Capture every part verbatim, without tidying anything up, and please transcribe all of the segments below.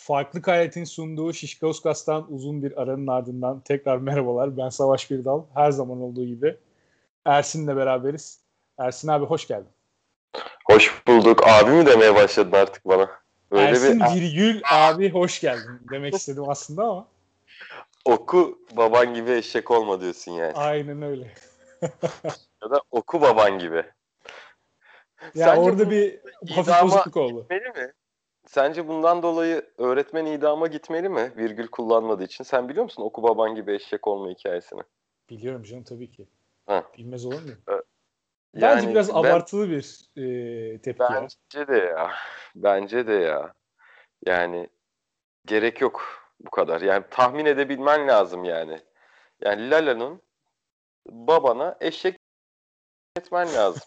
Farklı Kayet'in sunduğu Şişkausgas'tan uzun bir aranın ardından tekrar merhabalar. Ben Savaş Birdal. Her zaman olduğu gibi Ersin'le beraberiz. Ersin abi hoş geldin. Hoş bulduk. Abi mi demeye başladın artık bana? Öyle Ersin bir virgül abi hoş geldin demek istedim aslında ama. Oku baban gibi eşek olma diyorsun yani. Aynen öyle. Ya da oku baban gibi. Ya Sence orada bir hafif bozukluk oldu. Gitmeli mi? Sence bundan dolayı öğretmen idama gitmeli mi? Virgül kullanmadığı için. Sen biliyor musun oku baban gibi eşek olma hikayesini? Biliyorum canım tabii ki. Ha. Bilmez olur muyum? Yani Bence biraz ben, abartılı bir e, tepki bence ya. Bence de ya. Bence de ya. Yani gerek yok bu kadar. Yani tahmin edebilmen lazım yani. Yani Lala'nın babana eşek etmen lazım.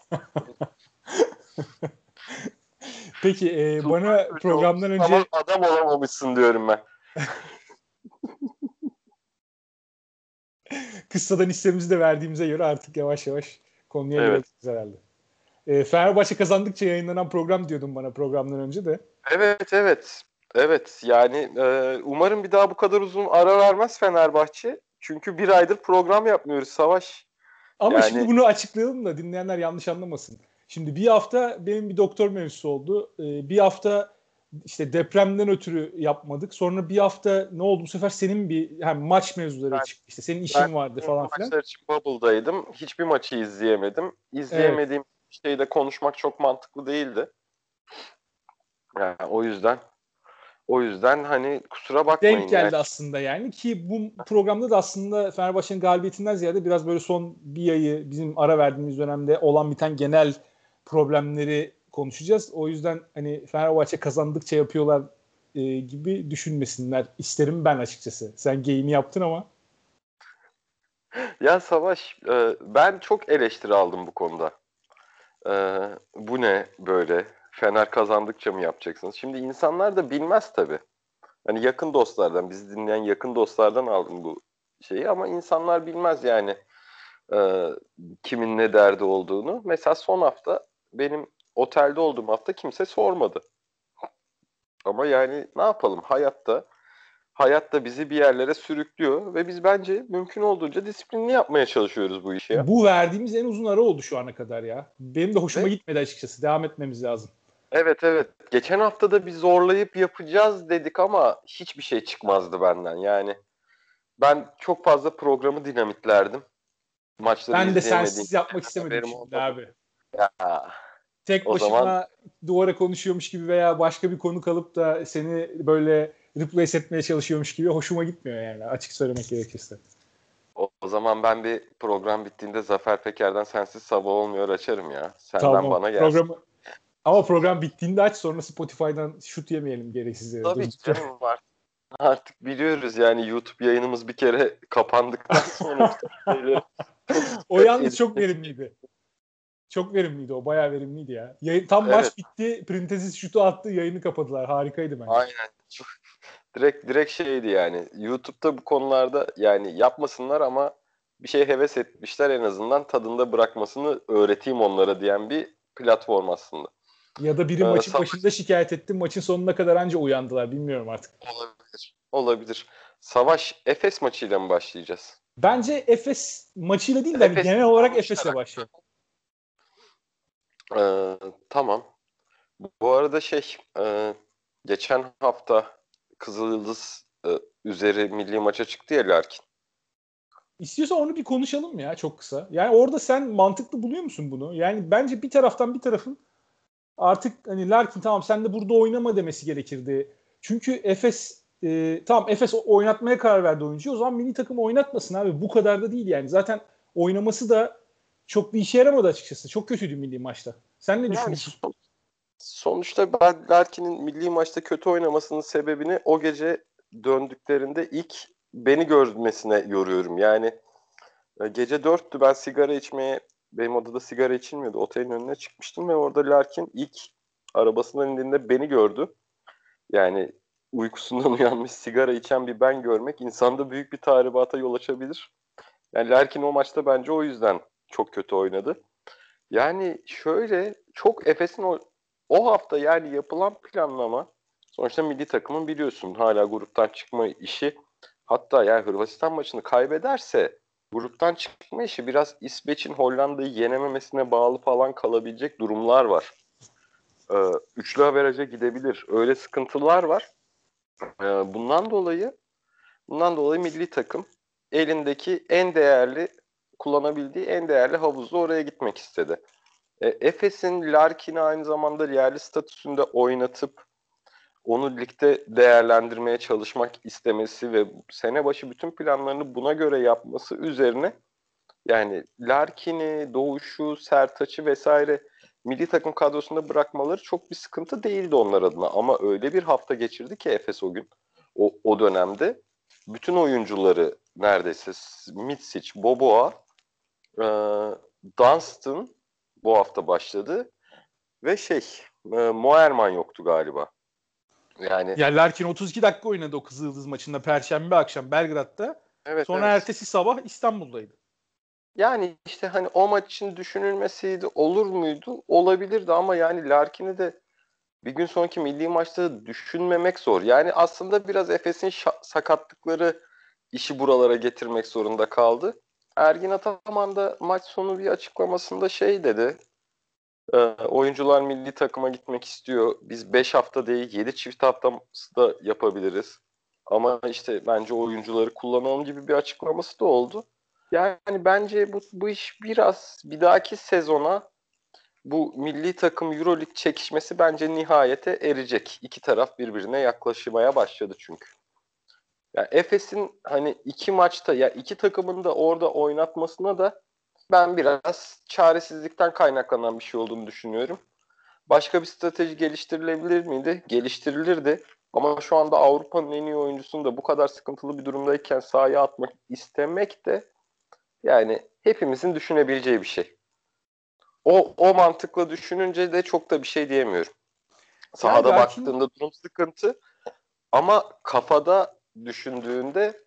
Peki e, bana programdan önce... Ama adam olamamışsın diyorum ben. Kıssadan hissemizi de verdiğimize göre artık yavaş yavaş konuya evet. girebiliriz herhalde. E, Fenerbahçe kazandıkça yayınlanan program diyordun bana programdan önce de. Evet evet. Evet yani e, umarım bir daha bu kadar uzun ara vermez Fenerbahçe. Çünkü bir aydır program yapmıyoruz Savaş. Ama yani... şimdi bunu açıklayalım da dinleyenler yanlış anlamasın. Şimdi bir hafta benim bir doktor mevzusu oldu. Ee, bir hafta işte depremden ötürü yapmadık. Sonra bir hafta ne oldu bu sefer senin bir hem maç mevzuları ben, çıktı. İşte senin işin vardı falan filan. Maçlar için bubble'daydım. Hiçbir maçı izleyemedim. İzleyemediğim evet. şeyde konuşmak çok mantıklı değildi. Yani o yüzden O yüzden hani kusura bakmayın. Denk geldi yani. Aslında yani ki bu programda da aslında Fenerbahçe'nin galibiyetinden ziyade biraz böyle son bir ayı bizim ara verdiğimiz dönemde olan biten genel problemleri konuşacağız. O yüzden hani Fenerbahçe kazandıkça yapıyorlar e, gibi düşünmesinler. İsterim ben açıkçası. Sen geyini yaptın ama. Ya Savaş e, ben çok eleştiri aldım bu konuda. E, bu ne böyle? Fener kazandıkça mı yapacaksınız? Şimdi insanlar da bilmez tabii. Hani yakın dostlardan, bizi dinleyen yakın dostlardan aldım bu şeyi ama insanlar bilmez yani e, kimin ne derdi olduğunu. Mesela son hafta benim otelde olduğum hafta kimse sormadı. Ama yani ne yapalım hayatta hayat da bizi bir yerlere sürüklüyor ve biz bence mümkün olduğunca disiplinli yapmaya çalışıyoruz bu işi ya. Bu verdiğimiz en uzun ara oldu şu ana kadar ya. Benim de hoşuma ve... gitmedi açıkçası. Devam etmemiz lazım. Evet evet. Geçen hafta da bir zorlayıp yapacağız dedik ama hiçbir şey çıkmazdı benden. Yani ben çok fazla programı dinamitlerdim. Maçları ben de izleyemediğim. sensiz yapmak istemedim şimdi olmadı. Abi. Ya, Tek başıma zaman... duvara konuşuyormuş gibi veya başka bir konu kalıp da seni böyle replace etmeye çalışıyormuş gibi hoşuma gitmiyor yani açık söylemek gerekirse. O, o zaman ben bir program bittiğinde Zafer Peker'den sensiz sabah olmuyor açarım ya. Senden tamam, bana gelsin. Programı... Ama program bittiğinde aç sonra Spotify'dan şut yemeyelim gereksiz yere. Tabii canım var. Artık biliyoruz yani YouTube yayınımız bir kere kapandıktan sonra o yalnız çok verimliydi. Çok verimliydi o. Bayağı verimliydi ya. Yayın, tam evet. Maç bitti. Printezis şutu attı. Yayını kapadılar. Harikaydı bence. Aynen. Çok, direkt direkt şeydi yani. YouTube'da bu konularda yani yapmasınlar ama bir şey heves etmişler en azından tadında bırakmasını öğreteyim onlara diyen bir platform aslında. Ya da biri ee, maçın savaş... başında şikayet etti. Maçın sonuna kadar anca uyandılar. Bilmiyorum artık. Olabilir. Olabilir. Savaş Efes maçıyla mı başlayacağız? Bence Efes maçıyla değil de hani genel olarak Efes'le başlayalım. Ee, tamam. Bu arada şey e, geçen hafta Kızılyıldız e, üzeri milli maça çıktı ya Larkin. İstiyorsan onu bir konuşalım ya çok kısa. Yani orada sen mantıklı buluyor musun bunu? Yani bence bir taraftan bir tarafın artık hani Larkin tamam sen de burada oynama demesi gerekirdi. Çünkü Efes e, tamam Efes oynatmaya karar verdi oyuncuyu. O zaman milli takım oynatmasın abi. Bu kadar da değil yani. Zaten oynaması da çok bir işe yaramadı açıkçası. Çok kötüydü milli maçta. Sen ne yani düşünüyorsun? Son, sonuçta ben Larkin'in milli maçta kötü oynamasının sebebini o gece döndüklerinde ilk beni görmesine yoruyorum. Yani gece dörttü ben sigara içmeye benim odada sigara içilmiyordu. Otelin önüne çıkmıştım ve orada Larkin ilk arabasından indiğinde beni gördü. Yani uykusundan uyanmış sigara içen bir ben görmek insanda büyük bir tahribata yol açabilir. Yani Larkin o maçta bence o yüzden çok kötü oynadı. Yani şöyle çok Efes'in o, o hafta yani yapılan planlama Sonuçta milli takımın biliyorsun hala gruptan çıkma işi, hatta yani Hırvatistan maçını kaybederse gruptan çıkma işi biraz İsveç'in Hollanda'yı yenememesine bağlı falan kalabilecek durumlar var. Ee, üçlü averaja gidebilir. Öyle sıkıntılar var. Ee, bundan dolayı bundan dolayı milli takım elindeki en değerli, kullanabildiği en değerli havuzla oraya gitmek istedi. E, Efes'in Larkin'i aynı zamanda yerli statüsünde oynatıp onu ligde değerlendirmeye çalışmak istemesi ve sene başı bütün planlarını buna göre yapması üzerine, yani Larkin'i, Doğuş'u, Sertaç'ı vesaire milli takım kadrosunda bırakmaları çok bir sıkıntı değildi onlar adına. Ama öyle bir hafta geçirdi ki Efes o gün, o, o dönemde bütün oyuncuları neredeyse Mitsic, Boboa, e, Dunstan bu hafta başladı ve şey e, Moerman yoktu galiba. Yani Ya Larkin otuz iki dakika oynadı o Kızıldız maçında Perşembe akşam Belgrad'da. evet, Sonra evet. ertesi sabah İstanbul'daydı. Yani işte hani o maç için düşünülmesiydi, olur muydu? Olabilirdi ama yani Larkin'i de bir gün sonraki milli maçta düşünmemek zor. Yani aslında biraz Efes'in şa- sakatlıkları işi buralara getirmek zorunda kaldı. Ergin Ataman da maç sonu bir açıklamasında şey dedi. E, oyuncular milli takıma gitmek istiyor. Biz beş hafta değil yedi çift hafta da yapabiliriz. Ama işte bence oyuncuları kullanalım gibi bir açıklaması da oldu. Yani bence bu, bu iş biraz bir dahaki sezona, bu milli takım Euroleague çekişmesi bence nihayete erecek. İki taraf birbirine yaklaşmaya başladı çünkü. Yani Efes'in hani iki maçta ya iki takımın da orada oynatmasına da ben biraz çaresizlikten kaynaklanan bir şey olduğunu düşünüyorum. Başka bir strateji geliştirilebilir miydi? Geliştirilirdi. Ama şu anda Avrupa'nın en iyi oyuncusunu da bu kadar sıkıntılı bir durumdayken sahaya atmak istemek de yani hepimizin düşünebileceği bir şey. O, o mantıkla düşününce de çok da bir şey diyemiyorum. Ya Sahada Larkin baktığında durum sıkıntı ama kafada düşündüğünde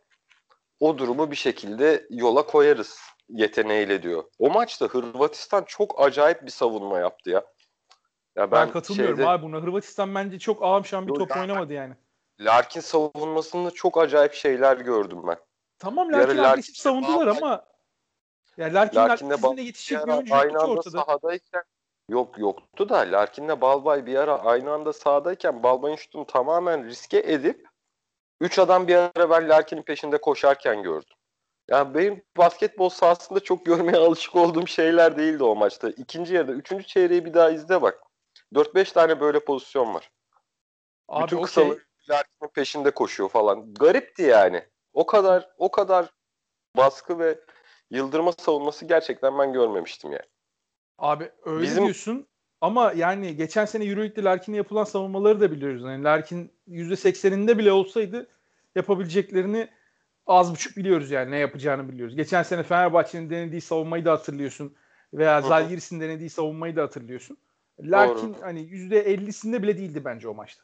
o durumu bir şekilde yola koyarız yeteneğiyle diyor. O maçta Hırvatistan çok acayip bir savunma yaptı ya. Ya ben ben katılmıyorum şeyde abi buna. Hırvatistan bence çok ağam bir Yo, top oynamadı yani. Larkin savunmasında çok acayip şeyler gördüm ben. Tamam Bir ara Larkin agresif Larkin'le savundular Balbay, ama ya Larkin'in Larkin'le atletizmine Balbay bir yetişecek bir ara oyuncu yoktu aynı ki anda ortada. sahadayken, yok yoktu da Larkin'le Balbay bir ara aynı anda sahadayken Balbay'ın şutunu tamamen riske edip üç adam bir ara ben Larkin'in peşinde koşarken gördüm. Yani benim basketbol sahasında çok görmeye alışık olduğum şeyler değildi o maçta. İkinci yarıda, üçüncü çeyreği bir daha izle bak. Dört beş tane böyle pozisyon var. Abi Bütün kısaları okey. Larkin'in peşinde koşuyor falan. Garipti yani. O kadar o kadar baskı ve yıldırma savunması gerçekten ben görmemiştim yani. Abi öyle Bizim diyorsun ama yani geçen sene Euroleague'de Larkin'e yapılan savunmaları da biliyoruz. Yani Larkin yüzde sekseninde bile olsaydı yapabileceklerini az buçuk biliyoruz yani ne yapacağını biliyoruz. Geçen sene Fenerbahçe'nin denediği savunmayı da hatırlıyorsun. Veya hı hı, Zalgiris'in denediği savunmayı da hatırlıyorsun. doğru. Larkin hani yüzde ellisinde bile değildi bence o maçta.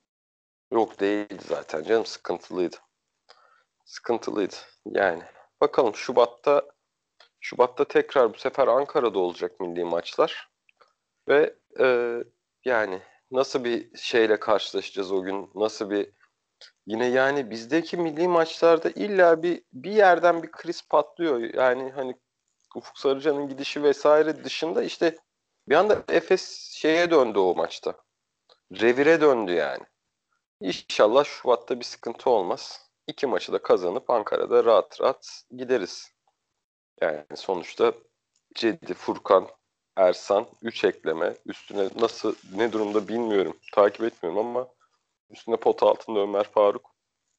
Yok değildi zaten canım, sıkıntılıydı. Sıkıntılıydı yani. Bakalım Şubat'ta Şubat'ta tekrar bu sefer Ankara'da olacak milli maçlar. Ve e, yani nasıl bir şeyle karşılaşacağız o gün? Nasıl bir, yine yani bizdeki milli maçlarda illa bir bir yerden bir kriz patlıyor. Yani hani Ufuk Sarıcan'ın gidişi vesaire dışında işte bir anda Efes şeye döndü o maçta. Revire döndü yani. İnşallah Şubat'ta bir sıkıntı olmaz. İki maçı da kazanıp Ankara'da rahat rahat gideriz. Yani sonuçta Cedi, Furkan, Ersan üç ekleme. Üstüne nasıl, ne durumda bilmiyorum. Takip etmiyorum ama üstüne pot altında Ömer Faruk.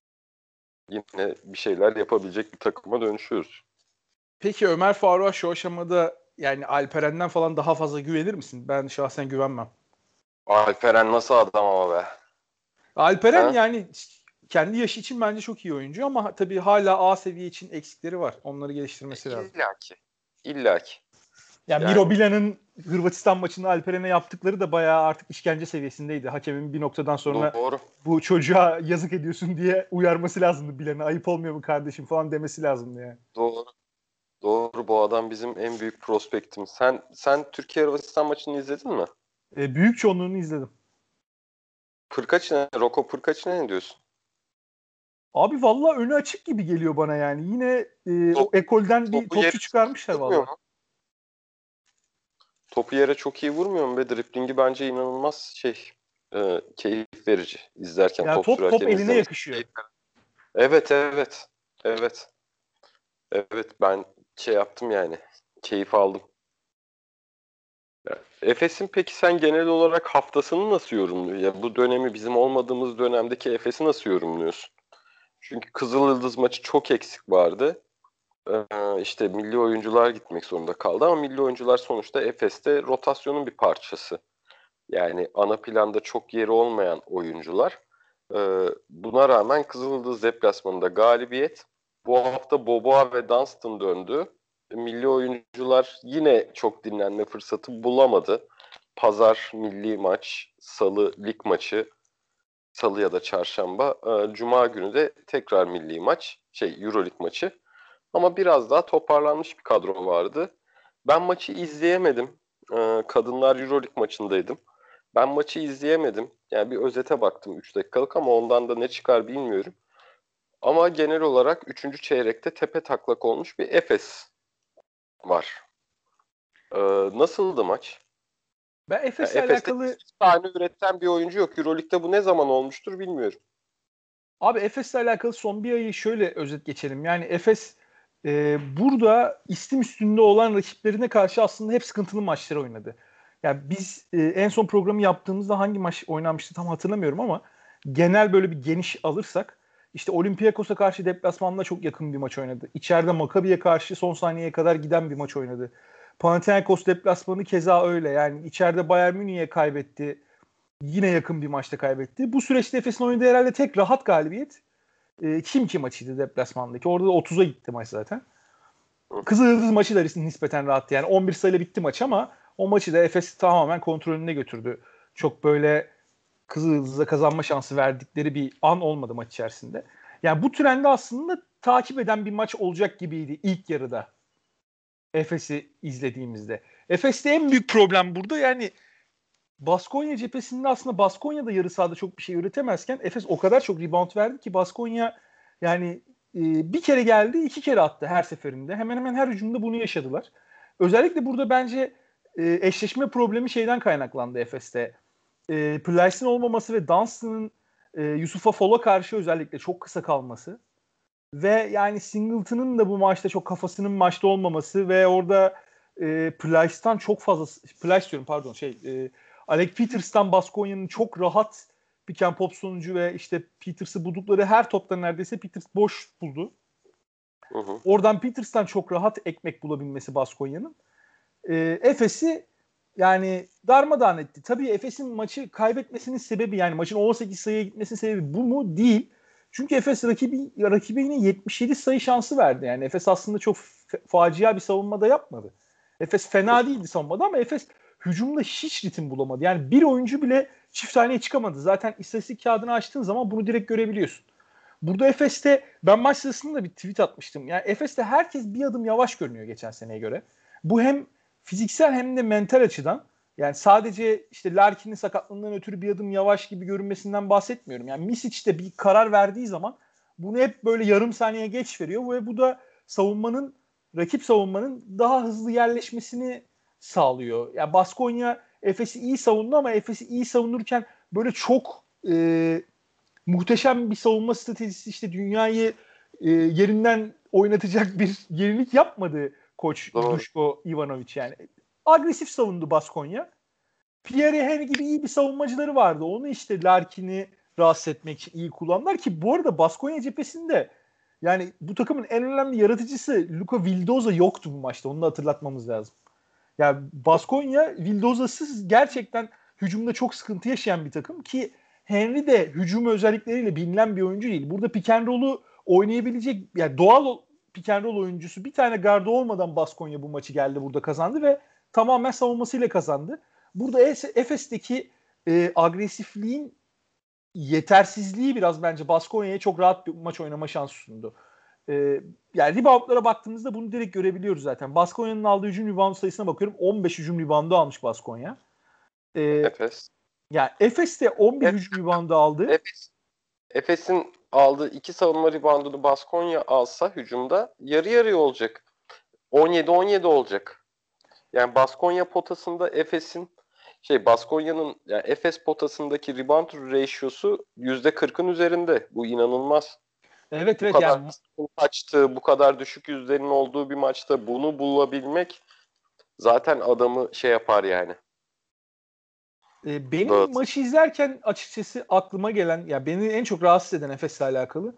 Yine bir şeyler yapabilecek bir takıma dönüşüyoruz. Peki Ömer Faruk'a şu aşamada yani Alperen'den falan daha fazla güvenir misin? Ben şahsen güvenmem. Alperen nasıl adam ama be. Alperen Ha? yani kendi yaşı için bence çok iyi oyuncu ama tabii hala A seviye için eksikleri var. Onları E, geliştirmesi lazım. İlla ki. İlla ki. Yani Miro Yani Bilan'ın Hırvatistan maçında Alperen'e yaptıkları da bayağı artık işkence seviyesindeydi. Hakemin bir noktadan sonra doğru. bu çocuğa yazık ediyorsun diye uyarması lazımdı Bilan'a. Ayıp olmuyor mu kardeşim falan demesi lazımdı yani. Doğru. Doğru, bu adam bizim en büyük prospektimiz. Sen sen Türkiye Hırvatistan maçını izledin mi? E, büyük çoğunluğunu izledim. Pırkaç'ına, Roko Pırkaç'ına ne diyorsun? Abi valla önü açık gibi geliyor bana yani. Yine e, o Top, ekolden bir topu yere topçu çıkarmışlar vurmuyor valla. mu? Topu yere çok iyi vurmuyor mu? Ve driblingi bence inanılmaz şey e, keyif verici. İzlerken, Ya top top top sürerken eline izlemesi yakışıyor. keyif verici. Evet, evet. Evet. Evet, ben şey yaptım yani. Keyif aldım. Ya, Efes'in peki sen genel olarak haftasını nasıl yorumluyorsun? Ya bu dönemi, bizim olmadığımız dönemdeki Efes'i nasıl yorumluyorsun? Çünkü Kızılyıldız maçı çok eksik vardı. Ee, işte milli oyuncular gitmek zorunda kaldı ama milli oyuncular sonuçta Efes'te rotasyonun bir parçası. Yani ana planda çok yeri olmayan oyuncular. Ee, buna rağmen Kızılyıldız deplasmanında galibiyet. Bu hafta Boboa ve Dunstan döndü. Milli oyuncular yine çok dinlenme fırsatı bulamadı. Pazar milli maç, salı lig maçı, salı ya da çarşamba. Ee, Cuma günü de tekrar milli maç, şey Euroleague maçı. Ama biraz daha toparlanmış bir kadro vardı. Ben maçı izleyemedim. Ee, Kadınlar Euroleague maçındaydım. Ben maçı izleyemedim. Yani bir özete baktım üç dakikalık ama ondan da ne çıkar bilmiyorum. Ama genel olarak üçüncü çeyrekte tepe taklak olmuş bir Efes var. Ee, nasıldı maç? Ben Yani Efes'le Efes'te alakalı hiç tane üreten bir oyuncu yok. Euroleague'de bu ne zaman olmuştur bilmiyorum. abi Efes'le alakalı son bir ayı şöyle özet geçelim. Yani Efes e, burada istim üstünde olan rakiplerine karşı aslında hep sıkıntılı maçlar oynadı. Yani biz e, en son programı yaptığımızda hangi maç oynanmıştı tam hatırlamıyorum ama genel böyle bir geniş alırsak işte Olympiakos'a karşı deplasmanda çok yakın bir maç oynadı. İçeride Maccabi'ye karşı son saniyeye kadar giden bir maç oynadı. Panathinaikos deplasmanı keza öyle. Yani içeride Bayern Münih'e kaybetti. Yine yakın bir maçta kaybetti. Bu süreçte Efes'in oynadığı herhalde tek rahat galibiyet e, Kimki maçıydı deplasmandaki. Orada da otuza gitti maç zaten. Hı. Kızılyıldız maçı da nispeten rahattı. Yani on bir sayıyla bitti maç ama o maçı da Efes tamamen kontrolüne götürdü. Çok böyle Kızılyıldız'a kazanma şansı verdikleri bir an olmadı maç içerisinde. Yani bu trendi aslında takip eden bir maç olacak gibiydi ilk yarıda. Efes'i izlediğimizde. Efes'te en büyük problem burada yani Baskonya cephesinde aslında Baskonya da yarı sahada çok bir şey üretemezken Efes o kadar çok rebound verdi ki Baskonya yani e, bir kere geldi iki kere attı her seferinde. Hemen hemen her hücumda bunu yaşadılar. Özellikle burada bence e, eşleşme problemi şeyden kaynaklandı Efes'te. E, Plyce'in olmaması ve Dunstan'ın e, Yusuf'a Fall'a karşı özellikle çok kısa kalması. Ve yani Singleton'ın da bu maçta çok kafasının maçta olmaması ve orada e, Plyce'tan çok fazla Plyce diyorum pardon şey e, Alec Peters'tan Baskonya'nın çok rahat pick and pop sonucu ve işte Peters'ı buldukları her topta neredeyse Peters boş buldu. Hı hı. Oradan Peters'tan çok rahat ekmek bulabilmesi Baskonya'nın. E, Efes'i yani darmadağın etti. Tabii Efes'in maçı kaybetmesinin sebebi yani maçın on sekiz sayıya gitmesinin sebebi bu mu? Değil. Çünkü Efes rakibi, rakibe yine yetmiş yedi sayı şansı verdi. Yani Efes aslında çok facia bir savunma da yapmadı. Efes fena değildi savunmada ama Efes hücumda hiç ritim bulamadı. Yani bir oyuncu bile çift taneye çıkamadı. Zaten istatistik kağıdını açtığın zaman bunu direkt görebiliyorsun. Burada Efes'te ben maç sırasında da bir tweet atmıştım. Yani Efes'te herkes bir adım yavaş görünüyor geçen seneye göre. Bu hem fiziksel hem de mental açıdan. Yani sadece işte Larkin'in sakatlığından ötürü bir adım yavaş gibi görünmesinden bahsetmiyorum. Yani Misic de bir karar verdiği zaman bunu hep böyle yarım saniye geç veriyor ve bu da savunmanın rakip savunmanın daha hızlı yerleşmesini sağlıyor. Yani Baskonya Efes'i iyi savundu ama Efes'i iyi savunurken böyle çok e, muhteşem bir savunma stratejisi işte dünyayı e, yerinden oynatacak bir yenilik yapmadı koç Doğru. Duško Ivanović yani. Agresif savundu Baskonya. Pierre Henry gibi iyi bir savunmacıları vardı. Onu işte Larkin'i rahatsız etmek için iyi kullandılar ki bu arada Baskonya cephesinde yani bu takımın en önemli yaratıcısı Luka Vildoza yoktu bu maçta. Onu da hatırlatmamız lazım. Yani Baskonya Vildoza'sız gerçekten hücumda çok sıkıntı yaşayan bir takım ki Henry de hücum özellikleriyle bilinen bir oyuncu değil. Burada pick and roll'u oynayabilecek yani doğal pick and roll oyuncusu bir tane gardı olmadan Baskonya bu maçı geldi burada kazandı ve tamamen savunmasıyla kazandı. Burada Efes'teki e, agresifliğin yetersizliği biraz bence Baskonya'ya çok rahat bir maç oynama şansı sundu. Ee, yani reboundlara baktığımızda bunu direkt görebiliyoruz zaten. Baskonya'nın aldığı hücum rebound sayısına bakıyorum. on beş hücum reboundu almış Baskonya. Ee, Efes. Yani Efes'te on bir Efes, hücum reboundu aldı. Efes, Efes'in aldığı iki savunma reboundunu Baskonya alsa hücumda yarı yarıya olacak. on yedi on yedi olacak. Yani Baskonya potasında Efes'in şey Baskonya'nın yani Efes potasındaki rebound ratio'su yüzde kırkın üzerinde. Bu inanılmaz. Evet Bu evet kadar yani maçtı, bu kadar düşük yüzlerin olduğu bir maçta bunu bulabilmek zaten adamı şey yapar yani. e, benim Dağıt. maçı izlerken açıkçası aklıma gelen ya beni en çok rahatsız eden Efes'le alakalı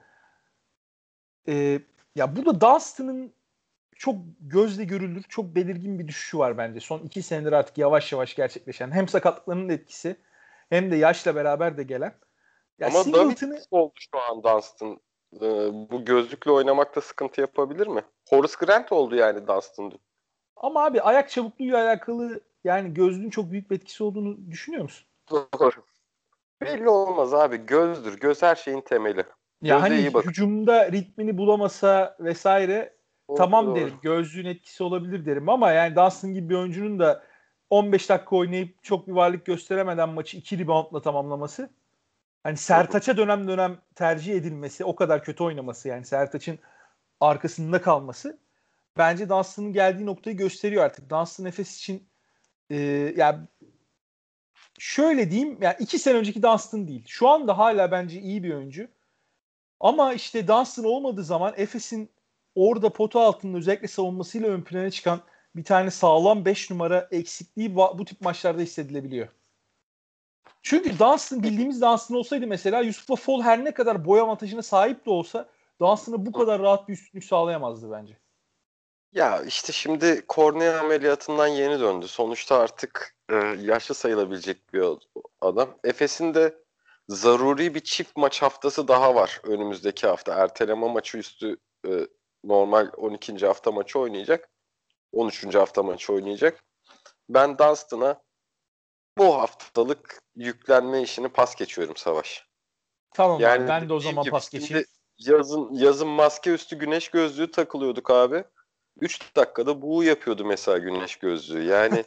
e, ya burada Dunstan'ın çok gözle görülür, çok belirgin bir düşüşü var bence. Son iki senedir artık yavaş yavaş gerçekleşen hem sakatlıklarının etkisi hem de yaşla beraber de gelen. Ya Ama David Singleton'ı oldu şu an Dunstan. Ee, bu gözlükle oynamakta sıkıntı yapabilir mi? Horace Grant oldu yani Dunstan. ama abi ayak çabukluğuyla alakalı yani gözlüğün çok büyük bir etkisi olduğunu düşünüyor musun? Doğru. Belli olmaz abi. Gözdür. Göz her şeyin temeli. Ya Göze hani iyi bak. hücumda ritmini bulamasa vesaire Doğru tamam doğru. derim. Gözlüğün etkisi olabilir derim ama yani Dunstan gibi bir oyuncunun da on beş dakika oynayıp çok bir varlık gösteremeden maçı iki reboundla tamamlaması. Hani Hı hı. Sertaç'a dönem dönem tercih edilmesi, o kadar kötü oynaması yani Sertaç'ın arkasında kalması bence Dunstan'ın geldiği noktayı gösteriyor artık. Dunstan Efes için e, yani şöyle diyeyim yani iki sene önceki Dunstan değil. Şu anda hala bence iyi bir oyuncu. Ama işte Dunstan olmadığı zaman Efes'in orada pota altında özellikle savunmasıyla ön plana çıkan bir tane sağlam beş numara eksikliği bu tip maçlarda hissedilebiliyor. Çünkü Dunstan bildiğimiz Dunstan olsaydı mesela Yusuf'la Fall her ne kadar boy avantajına sahip de olsa Dunstan'a bu Hı. kadar rahat bir üstünlük sağlayamazdı bence. Ya işte şimdi kornea ameliyatından yeni döndü. Sonuçta artık e, yaşlı sayılabilecek bir adam. Efes'in de zaruri bir çift maç haftası daha var önümüzdeki hafta. Erteleme maçı üstü e, normal on ikinci hafta maçı oynayacak. on üçüncü hafta maçı oynayacak. Ben Dunstan'a bu haftalık yüklenme işini pas geçiyorum Savaş. Tamam abi Yani ben de o dediğim zaman gibi pas geçeyim. şimdi yazın yazın maske üstü güneş gözlüğü takılıyorduk abi. üç dakikada buğu yapıyordu mesela güneş gözlüğü. Yani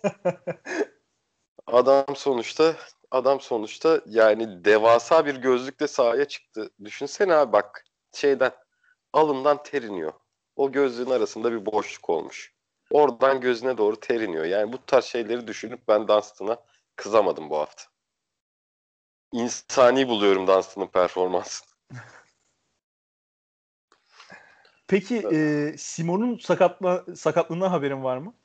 adam sonuçta adam sonuçta yani devasa bir gözlükle sahaya çıktı. Düşünsene abi bak şeyden alından ter iniyor. O gözlüğün arasında bir boşluk olmuş. Oradan gözüne doğru ter iniyor. Yani bu tarz şeyleri düşünüp ben Dunstan'a kızamadım bu hafta. İnsani buluyorum Dunstan'ın performansını. Peki e, Simon'un sakatla, sakatlığından haberin var mı?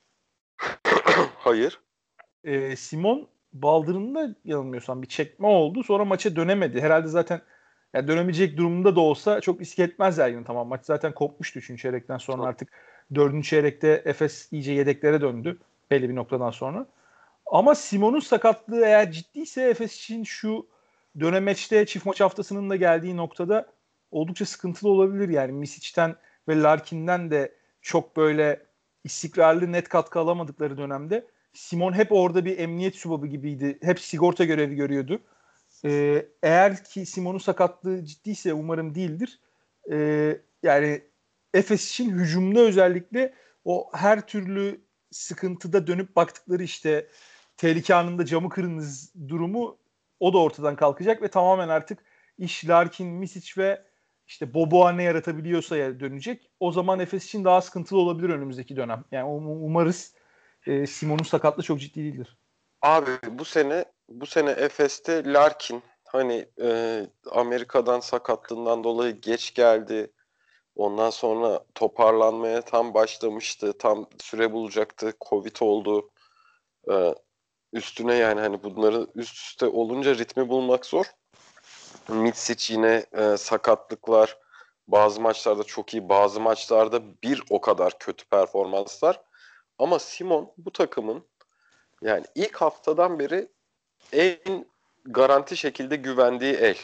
Hayır. E, Simon baldırında yanılmıyorsam bir çekme oldu. Sonra maça dönemedi. Herhalde zaten yani dönemeyecek durumunda da olsa çok risk etmezler yine tamam. Maç zaten kopmuştu üçüncü çeyrekten sonra artık dördüncü çeyrekte Efes iyice yedeklere döndü belli bir noktadan sonra. Ama Simon'un sakatlığı eğer ciddiyse Efes için şu dönemeçte çift maç haftasının da geldiği noktada oldukça sıkıntılı olabilir. Yani Misic'ten ve Larkin'den de çok böyle istikrarlı net katkı alamadıkları dönemde Simon hep orada bir emniyet subabı gibiydi. Hep sigorta görevi görüyordu. Ee, eğer ki Simon'un sakatlığı ciddiyse umarım değildir. Ee, yani Efes için hücumda özellikle o her türlü sıkıntıda dönüp baktıkları işte tehlike anında camı kırınız durumu o da ortadan kalkacak ve tamamen artık iş Larkin, Misic ve işte Boboa ne yaratabiliyorsa ya dönecek. O zaman Efes için daha sıkıntılı olabilir önümüzdeki dönem. Yani umarız e, Simon'un sakatlığı çok ciddi değildir. Abi bu sene bu sene Efes'te Larkin hani e, Amerika'dan sakatlığından dolayı geç geldi. Ondan sonra toparlanmaya tam başlamıştı. Tam süre bulacaktı. Covid oldu. E, üstüne yani hani bunları üst üste olunca ritmi bulmak zor. Mitsic yine e, sakatlıklar. Bazı maçlarda çok iyi, bazı maçlarda bir o kadar kötü performanslar. Ama Simon bu takımın yani ilk haftadan beri en garanti şekilde güvendiği el.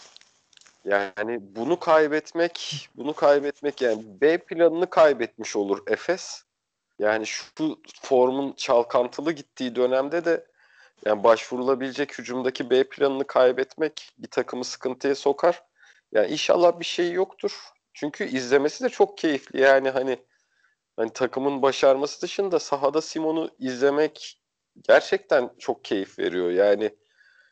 Yani bunu kaybetmek, bunu kaybetmek yani B planını kaybetmiş olur Efes. Yani şu formun çalkantılı gittiği dönemde de yani başvurulabilecek hücumdaki B planını kaybetmek bir takımı sıkıntıya sokar. Yani inşallah bir şey yoktur. Çünkü izlemesi de çok keyifli. Yani hani hani takımın başarması dışında sahada Simon'u izlemek gerçekten çok keyif veriyor. Yani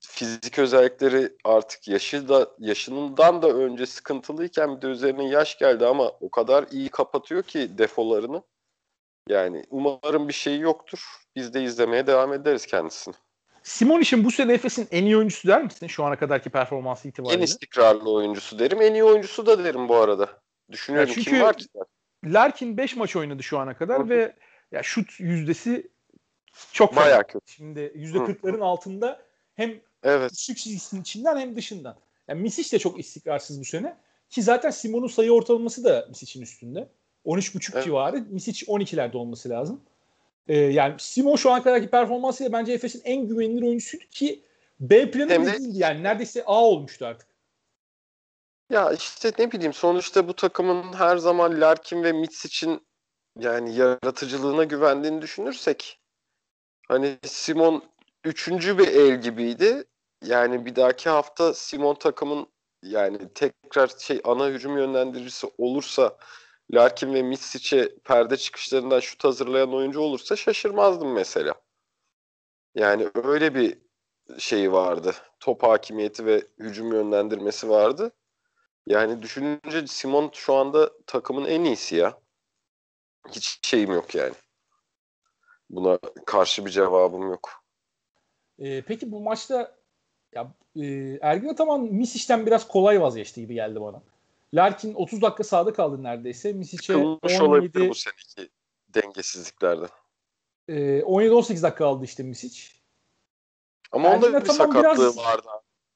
fizik özellikleri artık yaşı da yaşından da önce sıkıntılıyken bir de üzerine yaş geldi ama o kadar iyi kapatıyor ki defolarını. Yani umarım bir şey yoktur. Biz de izlemeye devam ederiz kendisini. Simoniş'in bu sene Efes'in en iyi oyuncusu der misin şu ana kadarki performansı En itibariyle? istikrarlı oyuncusu derim. En iyi oyuncusu da derim bu arada. Ya Düşünüyorum kim çünkü var ki? Larkin beş maç oynadı şu ana kadar ve ya şut yüzdesi çok fena. Bayağı kötü. Şimdi yüzde kırkların altında hem Evet. üçlük çizgisinin içinden hem dışından. Yani Misic de çok istikrarsız bu sene. Ki zaten Simon'un sayı ortalaması da Misic'in üstünde. on üç buçuk Evet. civarı. Misic on ikilerde olması lazım. Ee, yani Simon şu ana kadarki performansıyla bence Efes'in en güvenilir oyuncusuydu ki B planı Hem bile de değildi yani. Neredeyse A olmuştu artık. ya işte ne bileyim sonuçta bu takımın her zaman Larkin ve Mitsic'in yani yaratıcılığına güvendiğini düşünürsek hani Simon üçüncü bir el gibiydi. Yani bir dahaki hafta Simon takımın yani tekrar şey ana hücum yönlendiricisi olursa Larkin ve Mitsic'e perde çıkışlarından şut hazırlayan oyuncu olursa şaşırmazdım mesela. Yani öyle bir şeyi vardı. Top hakimiyeti ve hücum yönlendirmesi vardı. Yani düşününce Simon şu anda takımın en iyisi ya. Hiç şeyim yok yani. Buna karşı bir cevabım yok. Ee, peki bu maçta ya e, Ergin Ataman Misic'ten biraz kolay vazgeçti gibi geldi bana. Larkin otuz dakika sahada kaldı neredeyse. Misic'e Sıkılmış olabilir bu on yedi seneki dengesizliklerden. e, on yedi on sekiz dakika aldı işte Misic. Ama Ergin onda bir Ataman sakatlığı biraz vardı.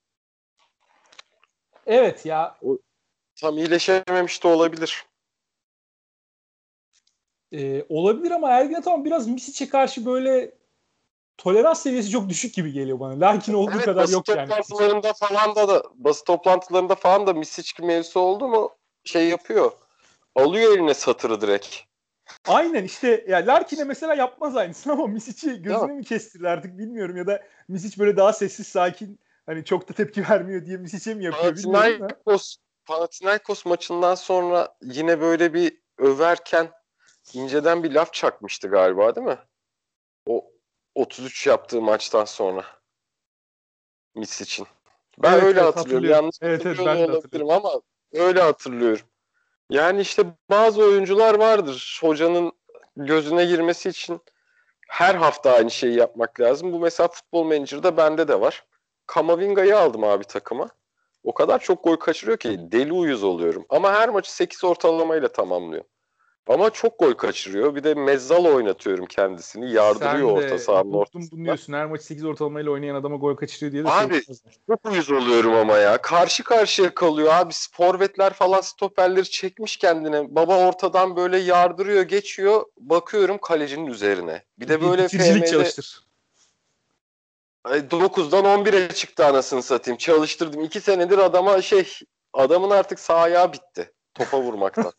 evet ya O tam iyileşememiş de olabilir. e, olabilir ama Ergin Ataman biraz Misic'e karşı böyle tolerans seviyesi çok düşük gibi geliyor bana. Larkin olduğu Evet, kadar basın yok yani Misic. toplantılarında falan da, da basın toplantılarında falan da Misic mevzusu oldu mu şey yapıyor. Alıyor eline satırı direkt. Aynen işte ya Larkin'e mesela yapmaz aynısını ama Misic'i Değil mi? gözüne mi kestirdi artık bilmiyorum ya da Misic böyle daha sessiz sakin hani çok da tepki vermiyor diye Misic'e mi yapıyor bilmiyorum da. Panathinaikos, Panathinaikos maçından sonra yine böyle bir överken inceden bir laf çakmıştı galiba değil mi? O otuz üç yaptığı maçtan sonra Miss için. Ben Evet öyle evet hatırlıyorum. hatırlıyorum. Yanlış Evet evet hatırlıyor da ben de hatırlıyorum. olabilirim ama öyle hatırlıyorum. Yani işte bazı oyuncular vardır. Hocanın gözüne girmesi için her hafta aynı şeyi yapmak lazım. Bu mesela Futbol Manager'da bende de var. Kamavinga'yı aldım abi takıma. O kadar çok gol kaçırıyor ki deli uyuz oluyorum. Ama her maçı sekiz ortalamayla tamamlıyor. Ama çok gol kaçırıyor. Bir de mezzal oynatıyorum kendisini. Yardırıyor Sen orta de sahanın bıktım bunu ortasında. diyorsun. Her maç sekiz ortalamayla oynayan adama gol kaçırıyor diye de Abi sevinmezler. çok uyuz oluyorum ama ya. Karşı karşıya kalıyor abi. Forvetler falan stoperleri çekmiş kendine. Baba ortadan böyle yardırıyor, geçiyor. Bakıyorum kalecinin üzerine. Bir de Bir böyle bitiricilik F M'de çalıştır. dokuzdan on bire çıktı anasını satayım. Çalıştırdım. iki senedir adama şey adamın artık sağ ayağı bitti. Topa vurmaktan.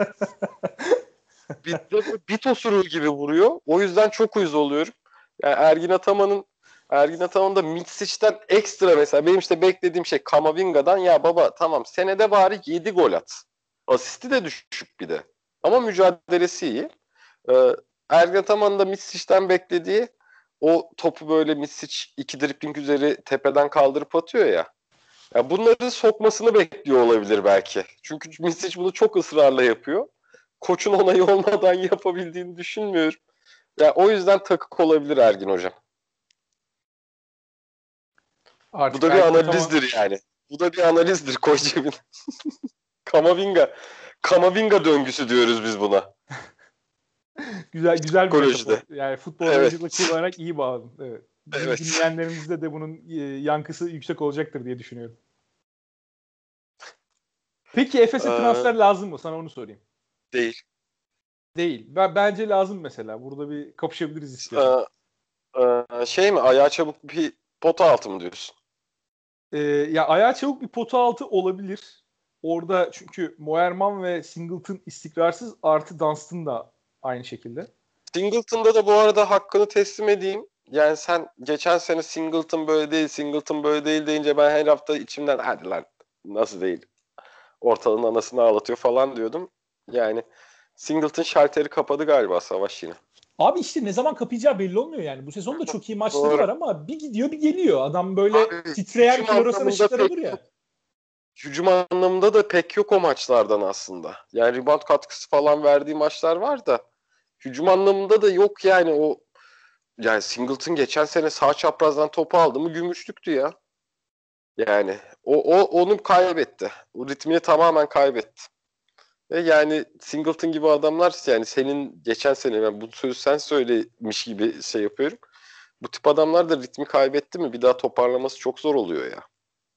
Bir de bit osuruğu gibi vuruyor. O yüzden çok uyuz oluyorum. Yani Ergin Ataman'ın Ergin Ataman da Mitsic'ten ekstra mesela benim işte beklediğim şey Kamavinga'dan ya baba tamam senede bari yedi gol at. Asisti de düşük bir de. Ama mücadelesi iyi. Ee, Ergin Ataman'ın da Mitsic'ten beklediği o topu böyle Mitsic iki dribling üzeri tepeden kaldırıp atıyor ya. Ya bunları sokmasını bekliyor olabilir belki. Çünkü Mitsic bunu çok ısrarla yapıyor. Koçun onayı olmadan yapabildiğini düşünmüyorum. Ya o yüzden takık olabilir Ergin hocam. Bu Artık da bir Ergin Ataman analizdir yani. Bu da bir analizdir koç cebin. Kamavinga. Kamavinga döngüsü diyoruz biz buna. güzel güzel bir metafor. Psikolojide. Yani futbol menajerde Evet. kullanarak iyi bağladın. Evet. Bizim Evet. dinleyenlerimizde de bunun e, yankısı yüksek olacaktır diye düşünüyorum. Peki Efes'e Ee, transfer lazım mı? Sana onu sorayım. değil. Değil. Ben, bence lazım mesela. Burada bir kapışabiliriz istiyorsan. Ee, e, şey mi? Ayağı çabuk bir pota altı mı diyorsun? Ee, ya ayağı çabuk bir pota altı olabilir. Orada çünkü Moerman ve Singleton istikrarsız artı Dunstan da aynı şekilde. Singleton'da da bu arada hakkını teslim edeyim. Yani sen geçen sene Singleton böyle değil, Singleton böyle değil deyince ben her hafta içimden hadi lan nasıl değil? Ortalığın anasını ağlatıyor falan diyordum. Yani Singleton şalteri kapadı galiba Savaş yine. Abi işte ne zaman kapayacağı belli olmuyor yani. Bu sezon da çok iyi maçları Doğru. var ama bir gidiyor bir geliyor. Adam böyle Abi, titreyen hücum floresan anlamında ışıklar pek olur ya. yok. Hücum anlamında da pek yok o maçlardan aslında. Yani rebound katkısı falan verdiği maçlar var da hücum anlamında da yok yani o. Yani Singleton geçen sene sağ çaprazdan topu aldı mı gümüşlüktü ya. Yani o, o onu kaybetti. O ritmini tamamen kaybetti. Ve yani Singleton gibi adamlar yani senin geçen sene ben bu sözü sen söylemiş gibi şey yapıyorum. Bu tip adamlar da ritmi kaybetti mi bir daha toparlaması çok zor oluyor ya.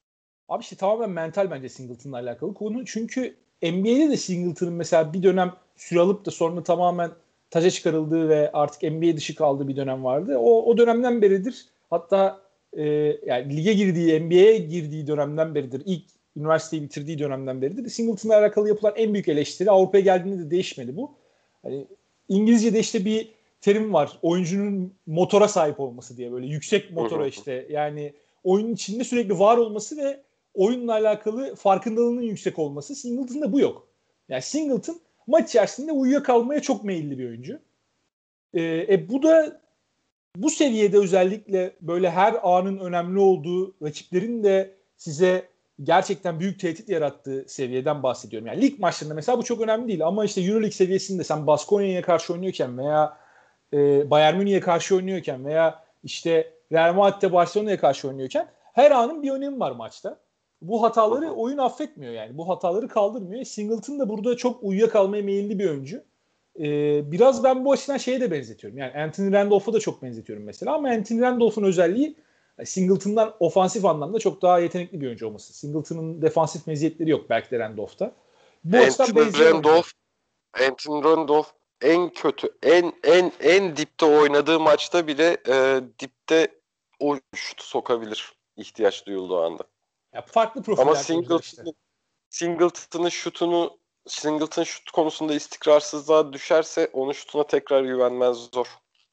Abi işte tamamen mental bence Singleton'la alakalı konu. Çünkü N B A'de de Singleton'ın mesela bir dönem süre alıp da sonra tamamen taca çıkarıldığı ve artık N B A dışı kaldığı bir dönem vardı. O, o dönemden beridir. Hatta e, yani lige girdiği, N B A'ye girdiği dönemden beridir. İlk üniversiteyi bitirdiği dönemden beridir. Singleton'la alakalı yapılan en büyük eleştiri Avrupa'ya geldiğinde de değişmedi bu. Hani İngilizce'de işte bir terim var. Oyuncunun motora sahip olması diye, böyle yüksek motora işte. Yani oyunun içinde sürekli var olması ve oyunla alakalı farkındalığının yüksek olması. Singleton'da bu yok. Yani Singleton maç içerisinde uyuyakalmaya çok meyilli bir oyuncu. Ee, e, bu da bu seviyede özellikle böyle her anın önemli olduğu, rakiplerin de size gerçekten büyük tehdit yarattığı seviyeden bahsediyorum. Yani lig maçlarında mesela bu çok önemli değil ama işte EuroLeague seviyesinde sen Baskonya'ya karşı oynuyorken veya e, Bayern Münih'e karşı oynuyorken veya işte Real Madrid'de Barcelona'ya karşı oynuyorken her anın bir önemi var maçta. Bu hataları oyun affetmiyor yani. Bu hataları kaldırmıyor. Singleton da burada çok uyuyakalmaya meyilli bir oyuncu. Ee, biraz ben bu açıdan şeye de benzetiyorum. Yani Anthony Randolph'a da çok benzetiyorum mesela ama Anthony Randolph'un özelliği Singleton'dan ofansif anlamda çok daha yetenekli bir oyuncu olması. Singleton'ın defansif meziyetleri yok belki de Randolph'ta. Bu açıdan Anthony benzeyen oyuncular. Randolph, Anthony Randolph en kötü, en en en dipte oynadığı maçta bile e, dipte o şutu sokabilir ihtiyaç duyulduğu anda. Ya farklı Ama profiller oyuncular işte. Singleton'ın Singleton'ın şutunu Singleton şut konusunda istikrarsızlığa düşerse onun şutuna tekrar güvenmez zor.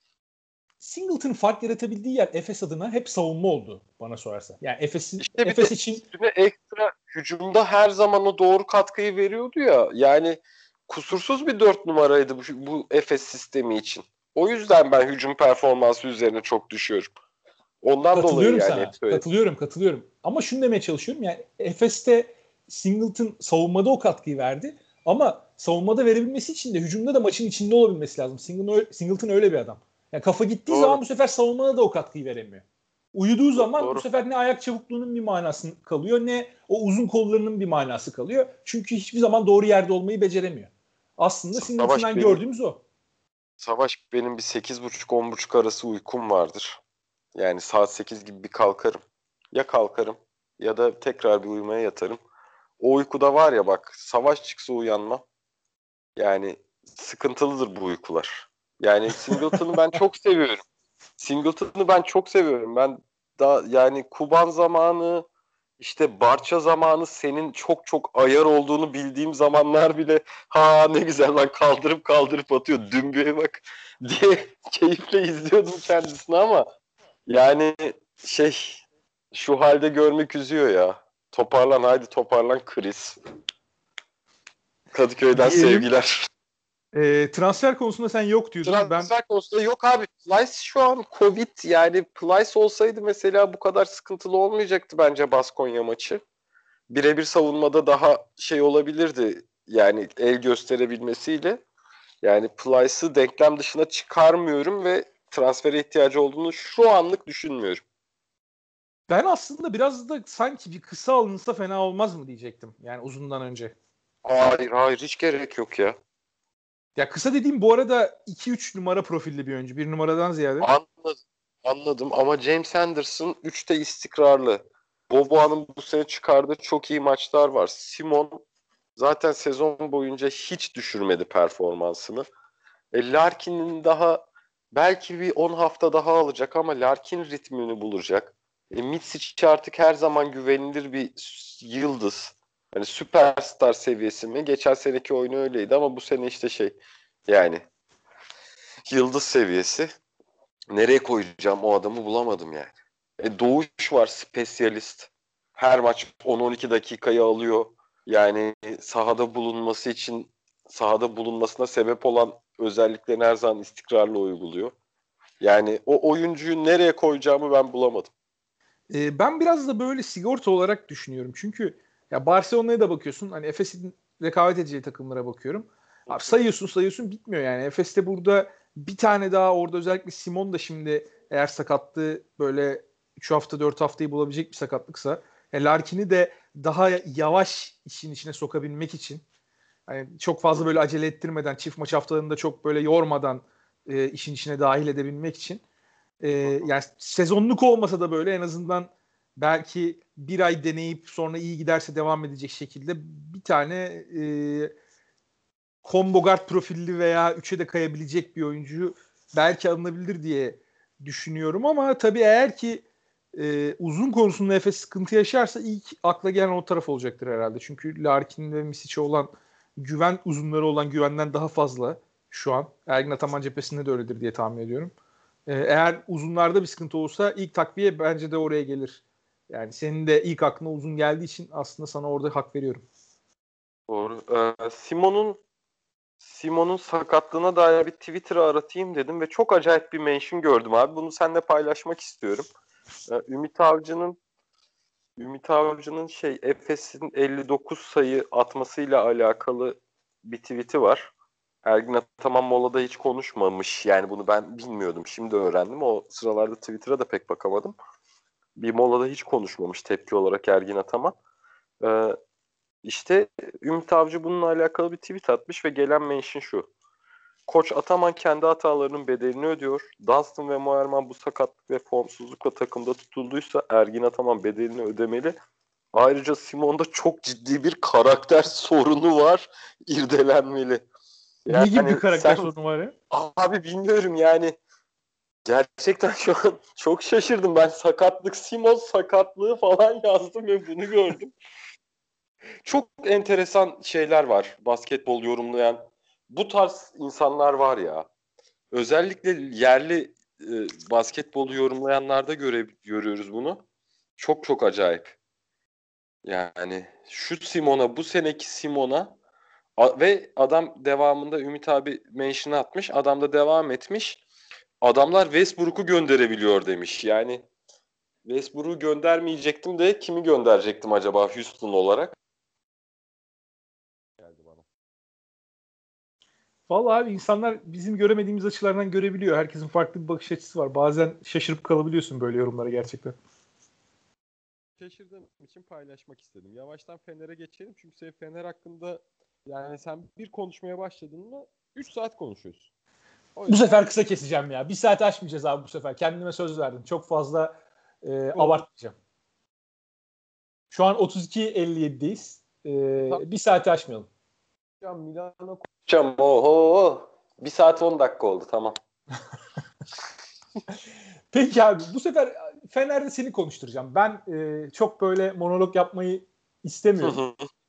Singleton'ın fark yaratabildiği yer Efes adına hep savunma oldu bana sorarsan. Yani Efes'in İşte bir Efes de için üstüne ekstra hücumda her zaman o doğru katkıyı veriyordu ya. Yani kusursuz bir dört numaraydı bu, bu Efes sistemi için. O yüzden ben hücum performansı üzerine çok düşüyorum. Ondan dolayı katılıyorum yani hep sana. söyledim. Katılıyorum, katılıyorum. Ama şunu demeye çalışıyorum. Yani Efes'te Singleton savunmada o katkıyı verdi. Ama savunmada verebilmesi için de hücumda da maçın içinde olabilmesi lazım. Singleton, Singleton öyle bir adam. Yani kafa gittiği Doğru. zaman bu sefer savunmada da o katkıyı veremiyor. Uyuduğu zaman bu Doğru. sefer ne ayak çabukluğunun bir manası kalıyor ne o uzun kollarının bir manası kalıyor. Çünkü hiçbir zaman doğru yerde olmayı beceremiyor. Aslında Savaş Singleton'dan benim gördüğümüz o. Savaş benim bir sekiz buçuk on buçuk arası uykum vardır. Yani saat sekiz gibi bir kalkarım. Ya kalkarım ya da tekrar bir uyumaya yatarım. O uykuda var ya bak savaş çıksa uyanmam. Yani sıkıntılıdır bu uykular. Yani Singleton'ı ben çok seviyorum. Singleton'ı ben çok seviyorum. Ben da yani Kuban zamanı işte Barça zamanı senin çok çok ayar olduğunu bildiğim zamanlar bile ha ne güzel lan kaldırıp kaldırıp atıyor. Dümbüye bak diye keyifle izliyordum kendisini ama yani şey şu halde görmek üzüyor ya. Toparlan haydi toparlan Chris. Kadıköy'den Diyelim. sevgiler. E, transfer konusunda sen yok diyordun. Ben Transfer konusunda yok abi. Plyce şu an Covid yani Plyce olsaydı mesela bu kadar sıkıntılı olmayacaktı bence Baskonya maçı. Birebir savunmada daha şey olabilirdi yani el gösterebilmesiyle. Yani Plyce'ı denklem dışına çıkarmıyorum ve transfere ihtiyacı olduğunu şu anlık düşünmüyorum. Ben aslında biraz da sanki bir kısa alınsa fena olmaz mı diyecektim. Yani uzundan önce. Hayır hayır hiç gerek yok ya. Ya kısa dediğim bu arada iki üç numara profilli bir oyuncu. Bir numaradan ziyade. Anladım, anladım ama James Anderson üçte istikrarlı. Boboa'nın bu sene çıkardığı çok iyi maçlar var. Simon zaten sezon boyunca hiç düşürmedi performansını. E, Larkin'in daha belki bir on hafta daha alacak ama Larkin ritmini bulacak. E, Mitsic artık her zaman güvenilir bir yıldız. Hani süperstar seviyesi mi? Geçen seneki oyunu öyleydi ama bu sene işte şey yani yıldız seviyesi. Nereye koyacağım o adamı bulamadım yani. E, Doğuş var spesyalist. Her maç on on iki dakikayı alıyor. Yani sahada bulunması için sahada bulunmasına sebep olan özelliklerini her zaman istikrarlı uyguluyor. Yani o oyuncuyu nereye koyacağımı ben bulamadım. Ee, ben biraz da böyle sigorta olarak düşünüyorum. Çünkü ya Barcelona'ya da bakıyorsun. Hani Efes'in rekabet edeceği takımlara bakıyorum. Abi sayıyorsun sayıyorsun bitmiyor yani. Efes'te burada bir tane daha orada özellikle Simon da şimdi eğer sakatlığı böyle üç hafta dört haftayı bulabilecek bir sakatlıksa e, Larkin'i de daha yavaş işin içine sokabilmek için hani çok fazla böyle acele ettirmeden çift maç haftalarında çok böyle yormadan e, işin içine dahil edebilmek için e, yani sezonluk olmasa da böyle en azından belki bir ay deneyip sonra iyi giderse devam edecek şekilde bir tane e, combo guard profilli veya üçe de kayabilecek bir oyuncu belki alınabilir diye düşünüyorum ama tabii eğer ki e, uzun konusunda Efes sıkıntı yaşarsa ilk akla gelen o taraf olacaktır herhalde. Çünkü Larkin ve Misic'e olan güven, uzunları olan güvenden daha fazla şu an. Ergin Ataman cephesinde de öyledir diye tahmin ediyorum. E, eğer uzunlarda bir sıkıntı olursa ilk takviye bence de oraya gelir. Yani senin de ilk aklına uzun geldiği için aslında sana orada hak veriyorum. Doğru. Ee, Simon'un Simon'un sakatlığına dair bir Twitter'ı aratayım dedim ve çok acayip bir mention gördüm abi. Bunu seninle paylaşmak istiyorum. Ee, Ümit Avcı'nın Ümit Avcı'nın şey Efes'in elli dokuz sayı atmasıyla alakalı bir tweet'i var. Ergin Ataman molada hiç konuşmamış. Yani bunu ben bilmiyordum. Şimdi öğrendim. O sıralarda Twitter'a da pek bakamadım. Bir molada hiç konuşmamış tepki olarak Ergin Ataman. Ee, işte Ümit Avcı bununla alakalı bir tweet atmış ve gelen mention şu. Koç Ataman kendi hatalarının bedelini ödüyor. Dunstan ve Moerman bu sakatlık ve formsuzlukla takımda tutulduysa Ergin Ataman bedelini ödemeli. Ayrıca Simon'da çok ciddi bir karakter sorunu var. İrdelenmeli. Ne gibi bir Yani karakter sen sorunu var ya? abi bilmiyorum yani gerçekten şu an çok şaşırdım. Ben sakatlık Simon sakatlığı falan yazdım ve bunu gördüm. Çok enteresan şeyler var basketbol yorumlayan. Bu tarz insanlar var ya. Özellikle yerli e, basketbolu yorumlayanlarda göre, görüyoruz bunu. Çok çok acayip. Yani şu Simon'a, bu seneki Simon'a a- ve adam devamında Ümit abi mention atmış. Adam da devam etmiş. Adamlar Westbrook'u gönderebiliyor demiş. Yani Westbrook'u göndermeyecektim de kimi gönderecektim acaba Houston olarak? Geldi bana. Vallahi abi insanlar bizim göremediğimiz açılardan görebiliyor. Herkesin farklı bir bakış açısı var. Bazen şaşırıp kalabiliyorsun böyle yorumlara gerçekten. Şaşırdığım için paylaşmak istedim. Yavaştan Fener'e geçelim çünkü senin Fener hakkında yani sen bir konuşmaya başladın mı üç saat konuşuyorsun. O Bu yüzden sefer kısa keseceğim ya. Bir saat aşmayacağız abi bu sefer. Kendime söz verdim. Çok fazla e, abartmayacağım. Şu an otuz iki elli yedideyiz. E, bir saati aşmayalım. Milano konuşacağım. Oho. Bir saat on dakika oldu tamam. Peki abi bu sefer Fener'de seni konuşturacağım. Ben e, çok böyle monolog yapmayı istemiyorum.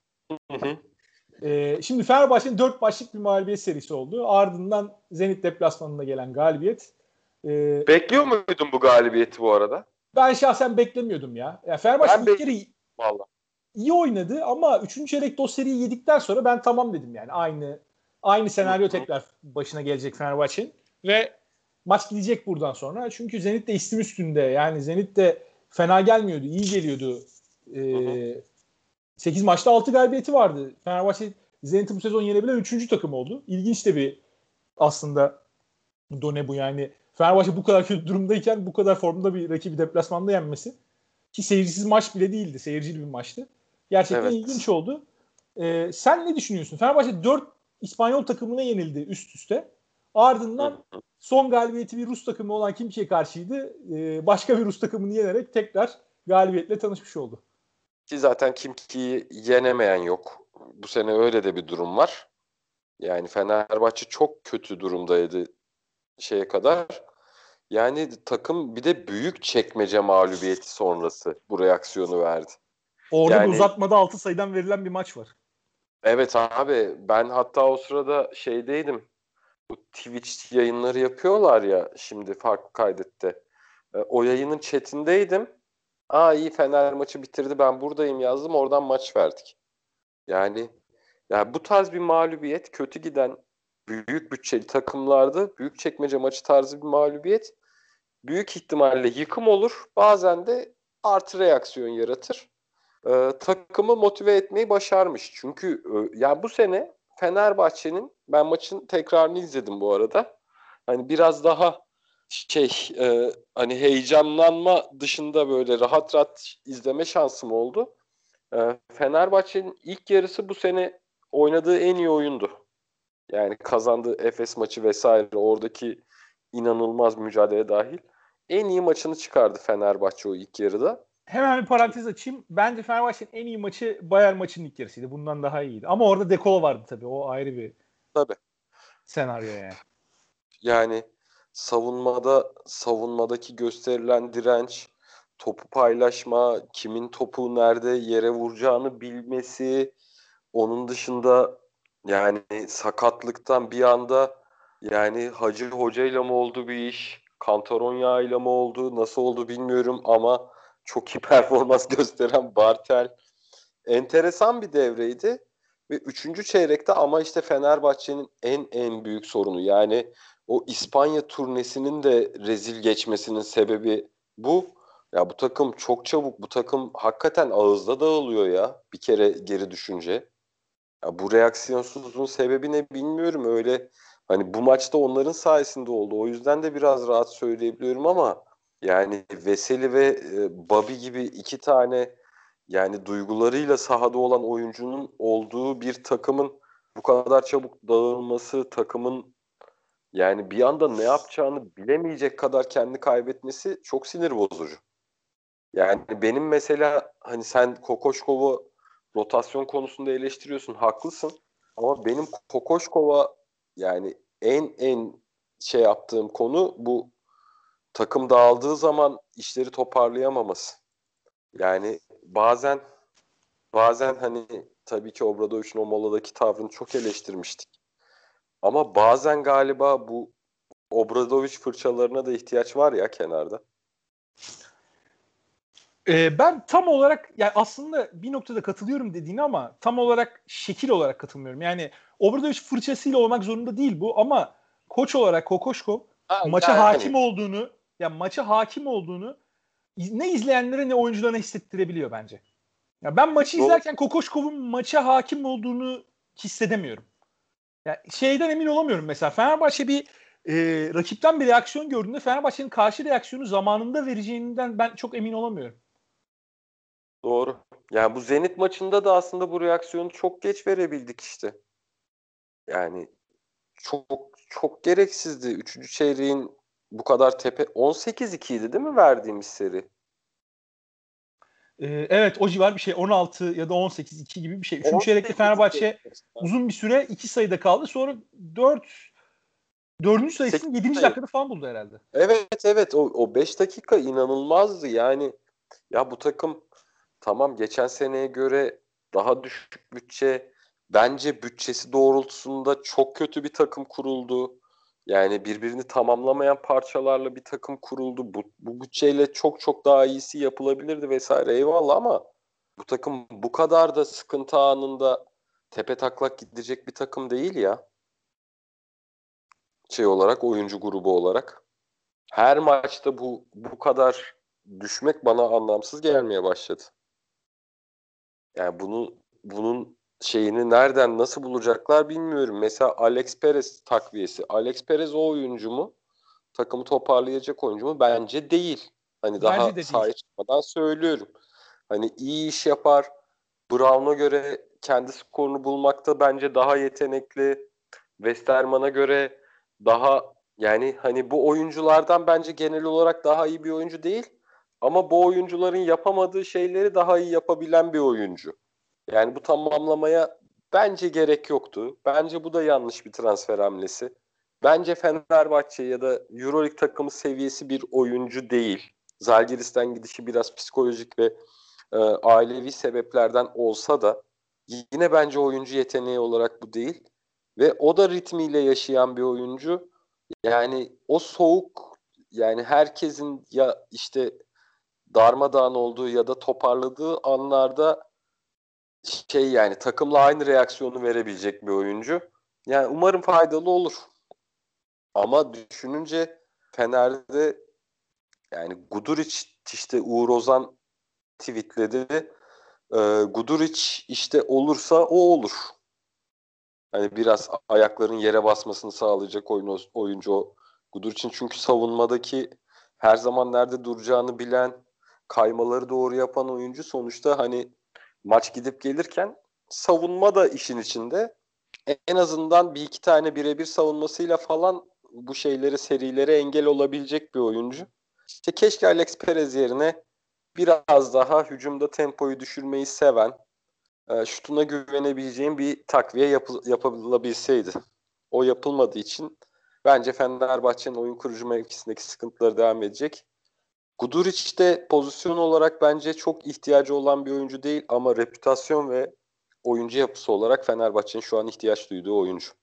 e, şimdi Fenerbahçe'nin dört maçlık bir mağlubiyet serisi oldu. Ardından Zenit deplasmanına gelen galibiyet. E, Bekliyor muydun bu galibiyeti bu arada? Ben şahsen beklemiyordum ya. Ya Fenerbahçe Ben ilk kere bekliyorum valla. iyi oynadı ama üçüncü çeyrekte o seriyi yedikten sonra ben tamam dedim yani. Aynı aynı senaryo tekrar başına gelecek Fenerbahçe'nin ve maç gidecek buradan sonra. Çünkü Zenit de istim üstünde. Yani Zenit de fena gelmiyordu. İyi geliyordu. Ee, sekiz maçta altı galibiyeti vardı. Fenerbahçe Zenit'i bu sezon yenebilen üçüncü takım oldu. İlginç de bir aslında done bu yani. Fenerbahçe bu kadar kötü durumdayken bu kadar formda bir rakibi deplasmanda yenmesi. Ki seyircisiz maç bile değildi. Seyircili bir maçtı. Gerçekten ilginç Evet. oldu. Ee, sen ne düşünüyorsun? Fenerbahçe dört İspanyol takımına yenildi üst üste. Ardından son galibiyeti bir Rus takımı olan Kimki'ye karşıydı. Ee, başka bir Rus takımını yenerek tekrar galibiyetle tanışmış oldu. Ki zaten Kimki'yi yenemeyen yok. Bu sene öyle de bir durum var. Yani Fenerbahçe çok kötü durumdaydı şeye kadar. Yani takım bir de büyük çekmece mağlubiyeti sonrası bu reaksiyonu verdi. Orada da Yani uzatmada altı sayıdan verilen bir maç var. evet abi ben hatta o sırada şeydeydim. Bu Twitch yayınları yapıyorlar ya şimdi farklı kaydette. E, o yayının chatindeydim. Aa iyi Fener maçı bitirdi ben buradayım yazdım oradan maç verdik. Yani ya bu tarz bir mağlubiyet kötü giden büyük bütçeli takımlarda Büyükçekmece maçı tarzı bir mağlubiyet büyük ihtimalle yıkım olur. Bazen de artı reaksiyon yaratır. Ee, takımı motive etmeyi başarmış. Çünkü e, yani bu sene Fenerbahçe'nin, ben maçın tekrarını izledim bu arada. Hani biraz daha şey e, hani heyecanlanma dışında böyle rahat rahat izleme şansım oldu. E, Fenerbahçe'nin ilk yarısı bu sene oynadığı en iyi oyundu. Yani kazandığı Efes maçı vesaire, oradaki inanılmaz mücadele dahil en iyi maçını çıkardı Fenerbahçe o ilk yarıda. Hemen bir parantez açayım. Bence Fenerbahçe'nin en iyi maçı Bayern maçının ilk yarısıydı. Bundan daha iyiydi. Ama orada Dekolo vardı tabii. O ayrı bir Tabii. senaryo yani. Yani savunmada savunmadaki gösterilen direnç, topu paylaşma, kimin topu nerede yere vuracağını bilmesi, onun dışında yani sakatlıktan bir anda, yani Hacı Hoca ile mi oldu bir iş, Kantaronya ile mi oldu, nasıl oldu bilmiyorum ama çok iyi performans gösteren Bartel. Enteresan bir devreydi ve üçüncü çeyrekte ama işte Fenerbahçe'nin en en büyük sorunu, yani o İspanya turnesinin de rezil geçmesinin sebebi bu. Ya bu takım çok çabuk, bu takım hakikaten ağızda dağılıyor ya bir kere geri düşünce. Ya bu reaksiyonsuzluğun sebebi ne bilmiyorum. Öyle hani bu maçta onların sayesinde oldu. O yüzden de biraz rahat söyleyebiliyorum ama yani Veseli ve e, Bobby gibi iki tane yani duygularıyla sahada olan oyuncunun olduğu bir takımın bu kadar çabuk dağılması, takımın yani bir anda ne yapacağını bilemeyecek kadar kendi kaybetmesi çok sinir bozucu. Yani benim mesela hani sen Kokoşkov'u rotasyon konusunda eleştiriyorsun, haklısın. Ama benim Kokoşkov'a yani en en şey yaptığım konu bu takım dağıldığı zaman işleri toparlayamaması. Yani bazen bazen hani tabii ki Obradoviç'in o moladaki tavrını çok eleştirmiştik. Ama bazen galiba bu Obradoviç fırçalarına da ihtiyaç var ya kenarda. Ee, ben tam olarak yani aslında bir noktada katılıyorum dediğine ama tam olarak şekil olarak katılmıyorum. Yani Obradoviç fırçasıyla olmak zorunda değil bu ama koç olarak Kokoşkov Ha, maça yani hakim olduğunu, ya maça hakim olduğunu ne izleyenlere ne oyuncularına hissettirebiliyor bence. Ya ben maçı doğru. izlerken Kokoşkov'un maça hakim olduğunu hissedemiyorum. Ya şeyden emin olamıyorum mesela. Fenerbahçe bir e, rakipten bir reaksiyon gördüğünde Fenerbahçe'nin karşı reaksiyonu zamanında vereceğinden ben çok emin olamıyorum. Doğru. Yani bu Zenit maçında da aslında bu reaksiyonu çok geç verebildik işte. Yani çok çok gereksizdi. Üçüncü çeyreğin bu kadar tepe on sekiz ikiydi değil mi verdiğimiz seri? Ee, evet o civar bir şey on altı ya da on sekiz iki gibi bir şey. Üçüncü çeyrekte on sekiz iki. Fenerbahçe uzun bir süre iki sayıda kaldı. Sonra dört dördüncü sekiz sayısını yedinci sayı. dakikada falan buldu herhalde. Evet evet, o o beş dakika inanılmazdı. Yani ya bu takım tamam geçen seneye göre daha düşük bütçe, bence bütçesi doğrultusunda çok kötü bir takım kuruldu. Yani birbirini tamamlamayan parçalarla bir takım kuruldu. Bu, bu bütçeyle çok çok daha iyisi yapılabilirdi vesaire, eyvallah, ama bu takım bu kadar da sıkıntı anında tepe taklak gidecek bir takım değil ya. Şey olarak, oyuncu grubu olarak. Her maçta bu bu kadar düşmek bana anlamsız gelmeye başladı. Yani bunu bunun şeyini nereden nasıl bulacaklar bilmiyorum. Mesela Alex Perez takviyesi. Alex Perez o oyuncu mu? Takımı toparlayacak oyuncu mu? Bence değil. Hani Bence daha de değil. sahaya çıkmadan söylüyorum. Hani iyi iş yapar. Brown'a göre kendi skorunu bulmakta bence daha yetenekli. Westerman'a göre daha, yani hani bu oyunculardan bence genel olarak daha iyi bir oyuncu değil. Ama bu oyuncuların yapamadığı şeyleri daha iyi yapabilen bir oyuncu. Yani bu tamamlamaya bence gerek yoktu. Bence bu da yanlış bir transfer hamlesi. Bence Fenerbahçe ya da Euroleague takımı seviyesi bir oyuncu değil. Zalgiris'ten gidişi biraz psikolojik ve e, ailevi sebeplerden olsa da yine bence oyuncu yeteneği olarak bu değil. Ve o da ritmiyle yaşayan bir oyuncu. Yani o soğuk, yani herkesin ya işte darmadağın olduğu ya da toparladığı anlarda şey, yani takımla aynı reaksiyonu verebilecek bir oyuncu. Yani umarım faydalı olur. Ama düşününce Fener'de yani Guduric işte Uğur Ozan tweetledi. Ee, Guduric işte olursa o olur. Hani biraz ayakların yere basmasını sağlayacak oyun, oyuncu o. Guduric'in çünkü savunmadaki her zaman nerede duracağını bilen, kaymaları doğru yapan oyuncu. Sonuçta hani maç gidip gelirken savunma da işin içinde. En azından bir iki tane birebir savunmasıyla falan bu şeyleri, serilere engel olabilecek bir oyuncu. İşte keşke Alex Perez yerine biraz daha hücumda tempoyu düşürmeyi seven, e, şutuna güvenebileceğim bir takviye yapı- yapılabilseydi. O yapılmadığı için bence Fenerbahçe'nin oyun kurucu mevkisindeki sıkıntıları devam edecek. Guduric de pozisyon olarak bence çok ihtiyacı olan bir oyuncu değil ama reputasyon ve oyuncu yapısı olarak Fenerbahçe'nin şu an ihtiyaç duyduğu oyuncu.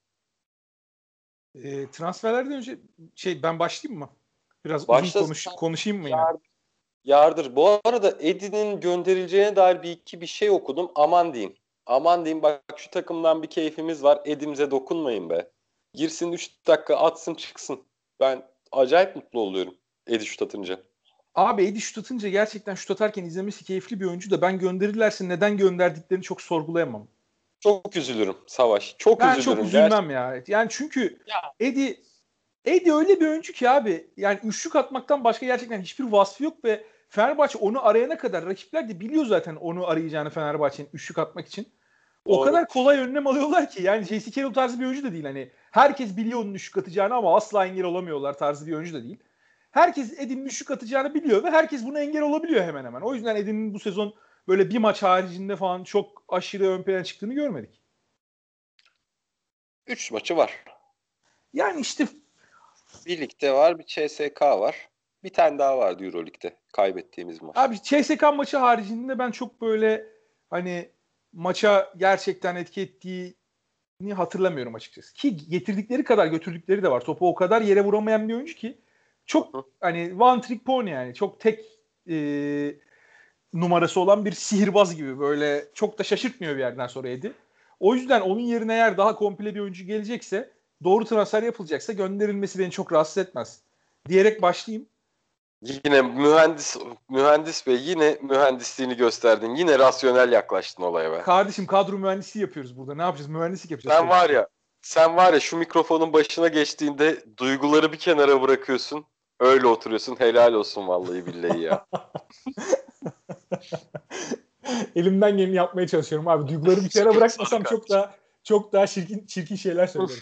E, transferlerden önce şey ben başlayayım mı? Biraz uzun Başta konuş konuşayım mı yine? yar, yardır. Bu arada Eddie'nin gönderileceğine dair bir iki bir şey okudum. Aman diyeyim. Aman diyeyim bak şu takımdan bir keyfimiz var. Eddie'mize dokunmayın be. Girsin üç dakika atsın çıksın. Ben acayip mutlu oluyorum Eddie şut atınca. Abi Eddie şut atınca gerçekten şut atarken izlemesi keyifli bir oyuncu da ben gönderirlerse neden gönderdiklerini çok sorgulayamam. Çok üzülürüm Savaş. Çok Ben çok üzülürüm gerçekten. üzülmem ya. Yani çünkü Ya. Eddie Eddie öyle bir oyuncu ki abi yani üçlük atmaktan başka gerçekten hiçbir vasfı yok ve Fenerbahçe onu arayana kadar rakipler de biliyor zaten onu arayacağını Fenerbahçe'nin üçlük atmak için. O Doğru. kadar kolay önlem alıyorlar ki yani J C Carroll tarzı bir oyuncu da değil hani herkes biliyor onun üçlük atacağını ama asla engel olamıyorlar tarzı bir oyuncu da değil. Herkes Eddie'nin üçlük atacağını biliyor ve herkes buna engel olabiliyor hemen hemen. O yüzden Eddie'nin bu sezon böyle bir maç haricinde falan çok aşırı ön plana çıktığını görmedik. Üç maçı var. Yani işte Bir ligde var, bir C S K var. Bir tane daha vardı Euroleague'de kaybettiğimiz maç. abi C S K maçı haricinde ben çok böyle hani maça gerçekten etki ettiğini hatırlamıyorum açıkçası. Ki getirdikleri kadar götürdükleri de var. Topu o kadar yere vuramayan bir oyuncu ki çok Hı hı. hani one trick pony yani çok tek e, numarası olan bir sihirbaz gibi böyle çok da şaşırtmıyor bir yerden sonra Edi. O yüzden onun yerine eğer daha komple bir oyuncu gelecekse doğru transfer yapılacaksa gönderilmesi beni çok rahatsız etmez. Diyerek başlayayım. Yine mühendis mühendis bey yine mühendisliğini gösterdin. Yine rasyonel yaklaştın olaya be. Kardeşim kadro mühendisliği yapıyoruz burada. Ne yapacağız? Mühendislik yapacağız. Sen Tabii. var ya, sen var ya şu mikrofonun başına geçtiğinde duyguları bir kenara bırakıyorsun. Öyle oturuyorsun. Helal olsun vallahi billahi ya. Elimden geleni yapmaya çalışıyorum abi. Duyguları bir kenara bırakmasam çok daha çok daha çirkin çirkin şeyler söylerim.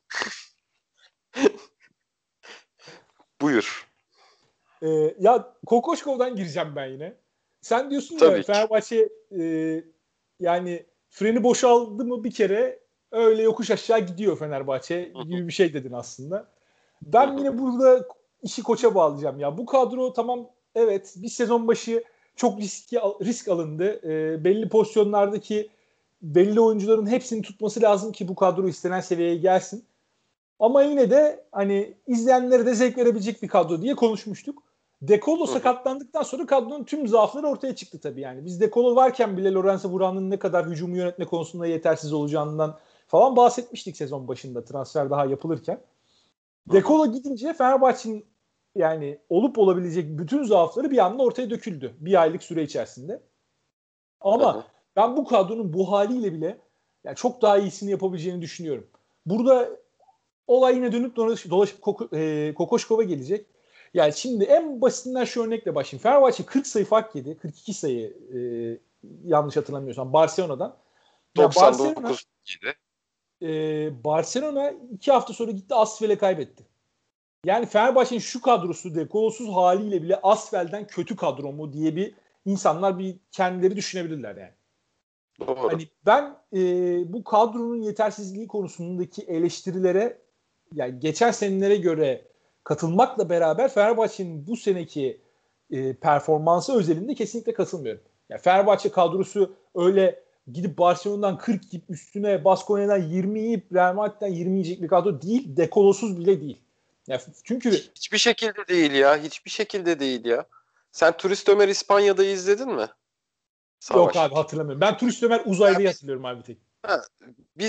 Buyur. Ee, ya Kokoşkov'dan gireceğim ben yine. Sen diyorsun ya Tabii ki. Fenerbahçe e, yani freni boşaldı mı bir kere öyle yokuş aşağı gidiyor Fenerbahçe gibi bir şey dedin aslında. Ben yine burada işi koça bağlayacağım ya. Bu kadro tamam evet bir sezon başı çok riski risk alındı. E, belli pozisyonlardaki belli oyuncuların hepsini tutması lazım ki bu kadro istenen seviyeye gelsin. Ama yine de hani izleyenlere de zevk verebilecek bir kadro diye konuşmuştuk. De Colo sakatlandıktan sonra kadronun tüm zaafları ortaya çıktı tabii yani. Biz De Colo varken bile Lorenzo Buran'ın ne kadar hücumu yönetme konusunda yetersiz olacağından falan bahsetmiştik sezon başında transfer daha yapılırken. De Colo gidince Fenerbahçe'nin yani olup olabilecek bütün zaafları bir anda ortaya döküldü. Bir aylık süre içerisinde. Ama ben bu kadronun bu haliyle bile yani çok daha iyisini yapabileceğini düşünüyorum. Burada olay yine dönüp dolaşıp, dolaşıp Koko, e, Kokoşkov'a gelecek. Yani şimdi en basitinden şu örnekle başlayayım. Fenerbahçe kırk sayı fark yedi. kırk iki sayı e, yanlış hatırlamıyorsam Barcelona'dan. Ya Barcelona doksan dokuz idi. e, Barcelona iki hafta sonra gitti Asfel'e kaybetti. Yani Fenerbahçe'nin şu kadrosu de golsüz haliyle bile Asfel'den kötü kadro mu diye bir insanlar bir kendileri düşünebilirler yani. Doğru. Hani ben e, bu kadronun yetersizliği konusundaki eleştirilere yani geçen senelere göre katılmakla beraber Fenerbahçe'nin bu seneki e, performansı özelinde kesinlikle katılmıyorum. Yani Fenerbahçe kadrosu öyle gidip Barcelona'dan kırk yiyip üstüne Baskonya'dan yirmi yiyip Real Madrid'den yirmi yiyecek bir kadro değil. Dekolosuz bile değil. Yani çünkü Hiçbir şekilde değil ya. Hiçbir şekilde değil ya. Sen Turist Ömer İspanya'da izledin mi? yok Savaş. abi hatırlamıyorum. Ben Turist Ömer Uzaylı'yı hatırlıyorum abi tek. Ha, biz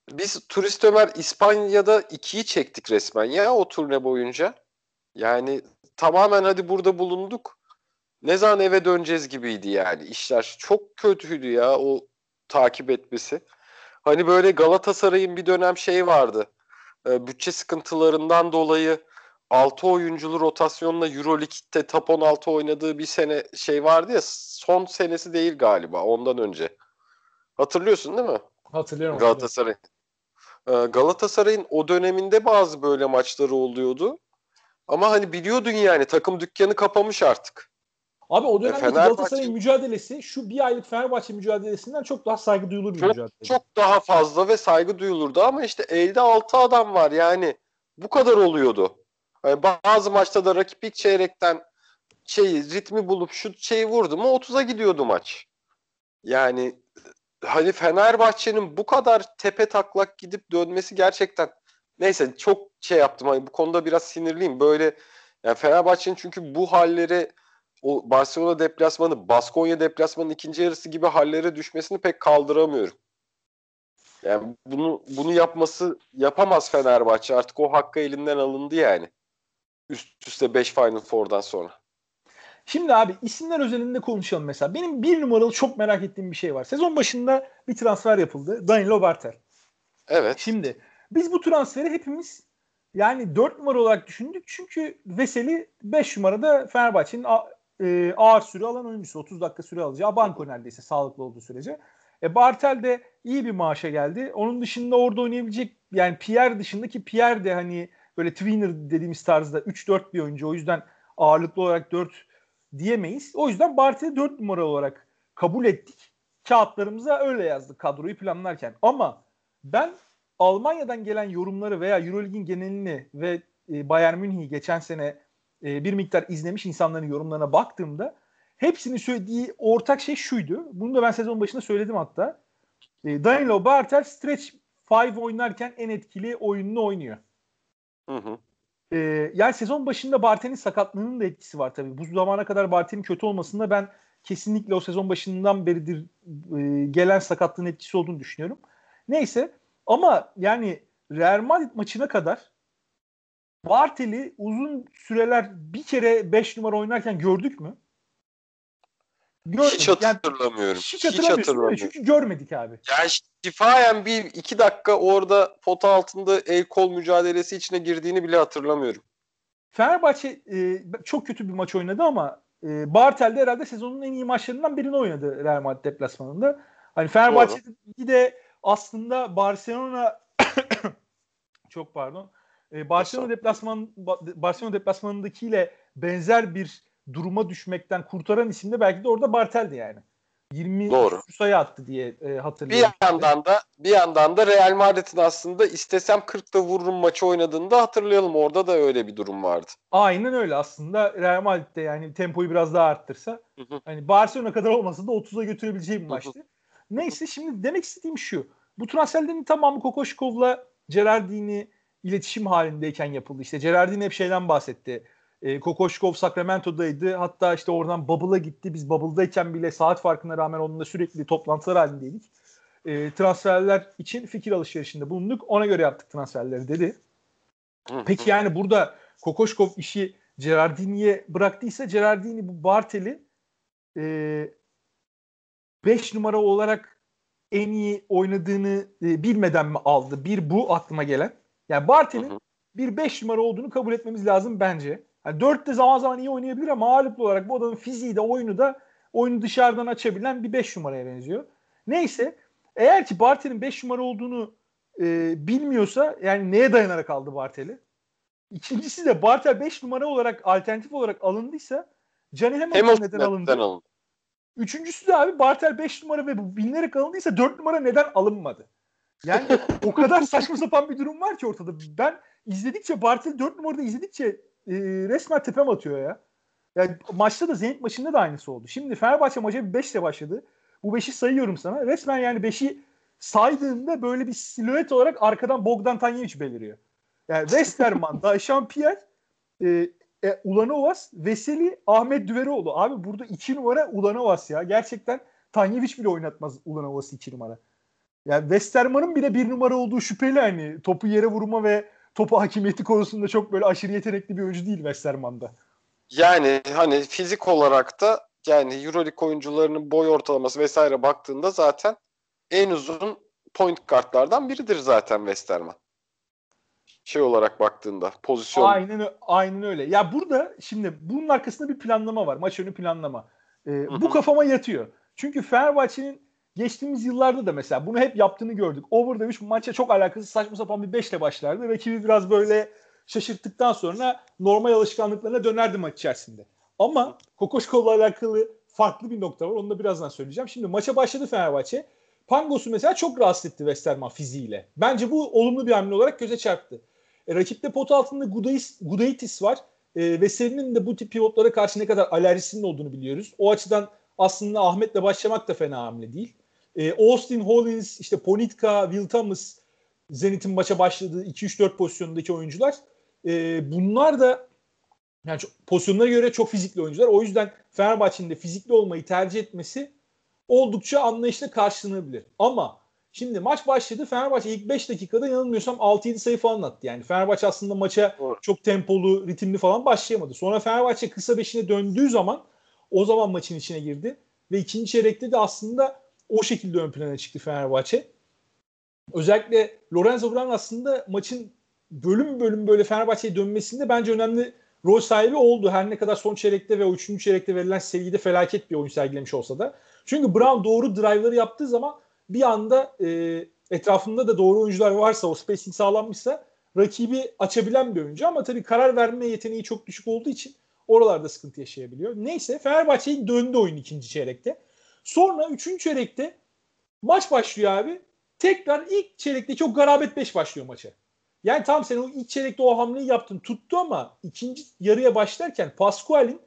Biz Turist Ömer İspanya'da ikiyi çektik resmen ya o turne boyunca. Yani tamamen hadi burada bulunduk. Ne zaman eve döneceğiz gibiydi yani. İşler çok kötüydü ya o takip etmesi. Hani böyle Galatasaray'ın bir dönem şey vardı. E, bütçe sıkıntılarından dolayı altı oyunculu rotasyonla Euroleague'de top on altı oynadığı bir sene şey vardı ya, son senesi değil galiba ondan önce. Hatırlıyorsun değil mi? Hatırlıyorum hatırlıyorum. Galatasaray. E, Galatasaray'ın o döneminde bazı böyle maçları oluyordu. Ama hani biliyordun yani takım dükkanı kapamış artık. Abi o E, dönemdeki Galatasaray'ın Fenerbahçe mücadelesi şu bir aylık Fenerbahçe mücadelesinden çok daha saygı duyulur bir çok mücadeleydi. çok daha fazla ve saygı duyulurdu ama işte elde altı adam var yani bu kadar oluyordu. Hani bazı maçta da rakip ilk çeyrekten şeyi ritmi bulup şut şeyi vurdu mu otuza gidiyordu maç. Yani hani Fenerbahçe'nin bu kadar tepe taklak gidip dönmesi gerçekten, neyse çok şey yaptım hani bu konuda biraz sinirliyim. Böyle yani Fenerbahçe'nin çünkü bu halleri, o Barcelona deplasmanı, Baskonya deplasmanının ikinci yarısı gibi hallere düşmesini pek kaldıramıyorum. Yani bunu bunu yapması yapamaz Fenerbahçe. Artık o hakkı elinden alındı yani. Üst üste beş Final Four'dan sonra. Şimdi abi isimler özelinde konuşalım mesela. Benim bir numaralı çok merak ettiğim bir şey var. Sezon başında bir transfer yapıldı. Danilo Bartel. Evet. Şimdi biz bu transferi hepimiz yani dört numara olarak düşündük. Çünkü Veseli beş numarada Fenerbahçe'nin a- e, ağır süre alan oyuncusu. otuz dakika süre alacağı banko neredeyse sağlıklı olduğu sürece. E, Bartel de iyi bir maaşa geldi. Onun dışında orada oynayabilecek yani Pierre dışındaki Pierre de hani böyle tweener dediğimiz tarzda üç dört bir oyuncu. O yüzden ağırlıklı olarak dört diyemeyiz. O yüzden Bartel'i dört numara olarak kabul ettik. Kağıtlarımıza öyle yazdık kadroyu planlarken. Ama ben Almanya'dan gelen yorumları veya Euroleague'in genelini ve e, Bayern Münih'i geçen sene e, bir miktar izlemiş insanların yorumlarına baktığımda hepsinin söylediği ortak şey şuydu. Bunu da ben sezon başında söyledim hatta. E, Danilo Bartel stretch beş oynarken en etkili oyununu oynuyor. Hı hı. E, yani sezon başında Bartel'in sakatlığının da etkisi var tabii. Bu zamana kadar Bartel'in kötü olmasında ben kesinlikle o sezon başından beridir e, gelen sakatlığın etkisi olduğunu düşünüyorum. Neyse ama yani Real Madrid maçına kadar Bartel'i uzun süreler bir kere beş numara oynarken gördük mü? Hiç Görmedik. Yani hatırlamıyorum. hiç Hiç hatırlamıyorsun değil mi? hatırlamıyorum. Çünkü görmedik abi. Yani şifayen bir iki dakika orada pota altında el kol mücadelesi içine girdiğini bile hatırlamıyorum. Fenerbahçe e, çok kötü bir maç oynadı ama e, Bartel de herhalde sezonun en iyi maçlarından birini oynadı Real Madrid deplasmanında. Hani Doğru. Fenerbahçe'yi de aslında Barcelona çok pardon. E, Barcelona Estağfurullah. deplasman Barcelona deplasmanındakiyle benzer bir duruma düşmekten kurtaran isim de belki de orada Bartel'di yani. yirmi Doğru. küsur sayı attı diye e, Bir hatırlıyorum şimdi. yandan da bir yandan da Real Madrid'in aslında istesem kırkta vururum maçı oynadığında hatırlayalım. Orada da öyle bir durum vardı. Aynen öyle aslında Real Madrid'de yani tempoyu biraz daha arttırsa Hı hı, hani Barcelona kadar olmasa da otuza götürebileceği bir hı hı, maçtı. hı hı. Neyse şimdi demek istediğim şu. Bu transferlerin tamamı Kokoşkov'la Gerardini iletişim halindeyken yapıldı. İşte Gerardini hep şeyden bahsetti. E, Kokoşkov Sacramento'daydı. Hatta işte oradan Bubble'a gitti. Biz Bubble'dayken bile saat farkına rağmen onunla sürekli toplantılar halindeydik. E, transferler için fikir alışverişinde bulunduk. Ona göre yaptık transferleri dedi. Hı Peki hı. yani burada Kokoşkov işi Gerardini'ye bıraktıysa Gerardini bu Bartel'i beş numara olarak en iyi oynadığını e, bilmeden mi aldı? Bir bu aklıma gelen. Yani Hı Bartel'in hı. bir beş numara olduğunu kabul etmemiz lazım bence. Yani dörtte zaman zaman iyi oynayabilir ama ağırlıklı olarak bu adamın fiziği de oyunu da oyunu dışarıdan açabilen bir beş numaraya benziyor. Neyse eğer ki Bartel'in beş numara olduğunu e, bilmiyorsa yani neye dayanarak aldı Bartel'i? İkincisi de Bartel beş numara olarak alternatif olarak alındıysa Johnny Hamilton neden Hamilton neden alındı? alındı? Üçüncüsü de abi Bartel beş numara ve bu bilinerek alındıysa dört numara neden alınmadı? Yani o kadar saçma sapan bir durum var ki ortada. Ben izledikçe Bartel dört numarada izledikçe e, resmen tepem atıyor ya. Yani maçta da Zenit maçında da aynısı oldu. Şimdi Fenerbahçe maça bir beş ile başladı. Bu beşi sayıyorum sana. Resmen yani beşi saydığında böyle bir silüet olarak arkadan Bogdan Tanjevic beliriyor. Yani Westerman, Daşan e, e, Ulanovas, Veseli, Ahmet Düveroğlu. Abi burada iki numara Ulanovas ya. Gerçekten Tanjevic bile oynatmaz Ulanovas'ı iki numara. Yani Westerman'ın bile bir numara olduğu şüpheli hani. Topu yere vurma ve topu hakimiyeti konusunda çok böyle aşırı yetenekli bir oyuncu değil Westerman'da. Yani hani fizik olarak da yani EuroLeague oyuncularının boy ortalaması vesaire baktığında zaten en uzun point guardlardan biridir zaten Westerman. Şey olarak baktığında pozisyon. Aynen, aynen öyle. Ya burada şimdi bunun arkasında bir planlama var. Maç önü planlama. Ee, Hı bu hı. kafama yatıyor. Çünkü Fenerbahçe'nin geçtiğimiz yıllarda da mesela bunu hep yaptığını gördük. Over the üç maça çok alakasız saçma sapan bir beşle başlardı. Rakibi biraz böyle şaşırttıktan sonra normal alışkanlıklarına dönerdi maç içerisinde. Ama Kokoşkov'la alakalı farklı bir nokta var. Onu da birazdan söyleyeceğim. Şimdi maça başladı Fenerbahçe. Pangos'u mesela çok rahatsız etti Westerman fiziğiyle. Bence bu olumlu bir hamle olarak göze çarptı. E, rakipte pot altında Gudais, Gudaitis var. E, ve Selin'in de bu tip pivotlara karşı ne kadar alerjisinin olduğunu biliyoruz. O açıdan aslında Ahmet'le başlamak da fena hamle değil. E, Austin Hollins, işte Ponitka, Will Thomas, Zenit'in maça başladığı iki üç dört pozisyonundaki oyuncular. E, bunlar da yani çok, pozisyonlara göre çok fizikli oyuncular. O yüzden Fenerbahçe'nin de fizikli olmayı tercih etmesi oldukça anlayışla karşılanabilir. Ama şimdi maç başladı. Fenerbahçe ilk beş dakikada yanılmıyorsam altı yedi sayı falan attı. Yani Fenerbahçe aslında maça Doğru. çok tempolu, ritimli falan başlayamadı. Sonra Fenerbahçe kısa beşine döndüğü zaman o zaman maçın içine girdi. Ve ikinci çeyrekte de aslında o şekilde ön plana çıktı Fenerbahçe. Özellikle Lorenzo Brown aslında maçın bölüm bölüm böyle Fenerbahçe'ye dönmesinde bence önemli rol sahibi oldu. Her ne kadar son çeyrekte ve o üçüncü çeyrekte verilen seviyede felaket bir oyun sergilemiş olsa da. Çünkü Brown doğru drive'ları yaptığı zaman bir anda e, etrafında da doğru oyuncular varsa, o spacing sağlanmışsa rakibi açabilen bir oyuncu. Ama tabii karar verme yeteneği çok düşük olduğu için oralarda sıkıntı yaşayabiliyor. Neyse Fenerbahçe'nin döndü oyun ikinci çeyrekte. Sonra üçüncü çeyrekte maç başlıyor abi. Tekrar ilk çeyrekteki o garabet beş başlıyor maça. Yani tam sen o ilk çeyrekte o hamleyi yaptın tuttu ama ikinci yarıya başlarken Pascual'in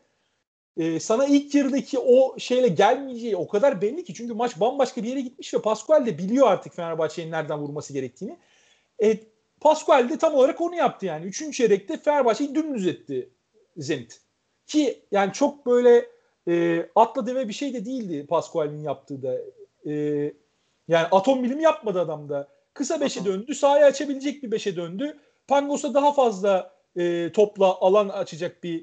e, sana ilk yarıdaki o şeyle gelmeyeceği o kadar belli ki. Çünkü maç bambaşka bir yere gitmiş ve Pascual de biliyor artık Fenerbahçe'nin nereden vurması gerektiğini. E, Pascual de tam olarak onu yaptı yani. Üçüncü çeyrekte Fenerbahçe'yi dümdüz etti Zenit. Ki yani çok böyle e, atla deve bir şey de değildi Pascual'in yaptığı da. E, yani atom bilimi yapmadı adam da. Kısa beşe döndü. Sahaya açabilecek bir beşe döndü. Pangos'a daha fazla e, topla alan açacak bir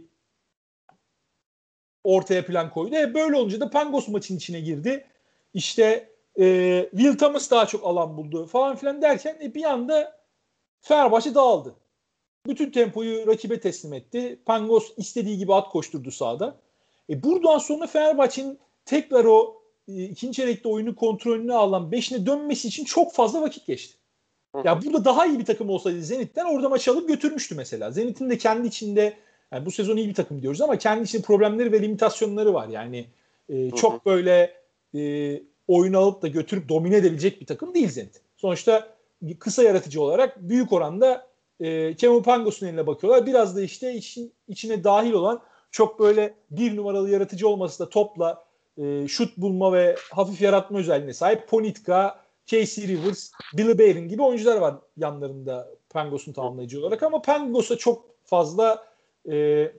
ortaya plan koydu. E, böyle olunca da Pangos maçın içine girdi. İşte e, Will Thomas daha çok alan buldu falan filan derken e, bir anda Fenerbahçe dağıldı. Bütün tempoyu rakibe teslim etti. Pangos istediği gibi at koşturdu sahada. E, buradan sonra Fenerbahçe'nin tekrar o e, ikinci çeyrekte oyunu kontrolünü alan beşine dönmesi için çok fazla vakit geçti. Ya burada daha iyi bir takım olsaydı Zenit'ten orada maçı alıp götürmüştü mesela. Zenit'in de kendi içinde yani bu sezon iyi bir takım diyoruz ama kendi içinde problemleri ve limitasyonları var. Yani e, çok böyle e, oyunu alıp da götürüp domine edebilecek bir takım değil Zenit. Sonuçta kısa yaratıcı olarak büyük oranda e, Kemal Pangos'un eline bakıyorlar. Biraz da işte için, içine dahil olan çok böyle bir numaralı yaratıcı olması da topla e, şut bulma ve hafif yaratma özelliğine sahip Ponitka, K C Rivers, Billy Barron gibi oyuncular var yanlarında Pangos'un tamamlayıcı olarak ama Pangos'a çok fazla e,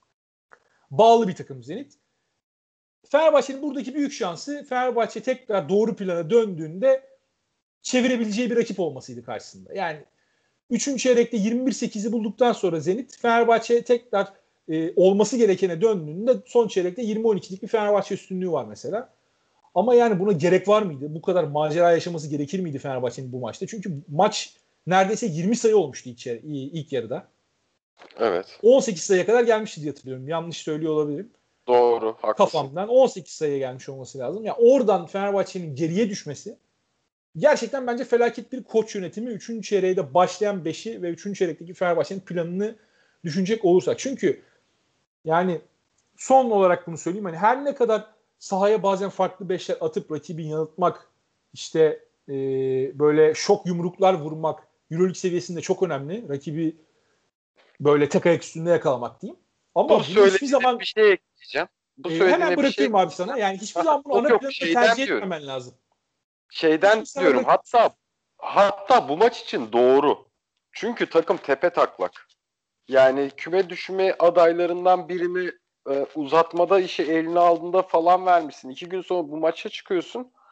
bağlı bir takım Zenit. Fenerbahçe'nin buradaki büyük şansı Fenerbahçe tekrar doğru plana döndüğünde çevirebileceği bir rakip olmasıydı karşısında. Yani üçüncü çeyrekte yirmi bir sekizi bulduktan sonra Zenit Fenerbahçe tekrar e, olması gerekene döndüğünde son çeyrekte yirmi on ikilik bir Fenerbahçe üstünlüğü var mesela. Ama yani buna gerek var mıydı? Bu kadar macera yaşaması gerekir miydi Fenerbahçe'nin bu maçta? Çünkü maç neredeyse yirmi sayı olmuştu ilk, ilk yarıda. Evet. on sekiz sayıya kadar gelmişti diye hatırlıyorum. Yanlış söylüyor olabilirim. Doğru, haklısın. Kafamdan on sekiz sayıya gelmiş olması lazım. Yani oradan Fenerbahçe'nin geriye düşmesi gerçekten bence felaket bir koç yönetimi. üçüncü çeyreğe de başlayan beşi ve üçüncü çeyrekteki Fenerbahçe'nin planını düşünecek olursak. Çünkü yani son olarak bunu söyleyeyim. Hani her ne kadar sahaya bazen farklı beşler atıp rakibi yanıltmak, işte e, böyle şok yumruklar vurmak Euroleague seviyesinde çok önemli. Rakibi böyle tek ayak üstünde yakalamak diyeyim. Ama Bu bunu hiçbir söylediğine zaman bir şey ekleyeceğim. Bu e, hemen söylediğine bir şey bırakıyorum abi ekleyeceğim. sana. Yani hiçbir zaman bunu Yok ana yok planda şeyden tercih diyorum. etmemen lazım. Şeyden Sana diyorum. bırak. Hatta hatta bu maç için doğru. Çünkü takım tepe taklak. Yani küme düşme adaylarından birini e, uzatmada işi eline aldığında falan vermişsin. İki gün sonra bu maça çıkıyorsun.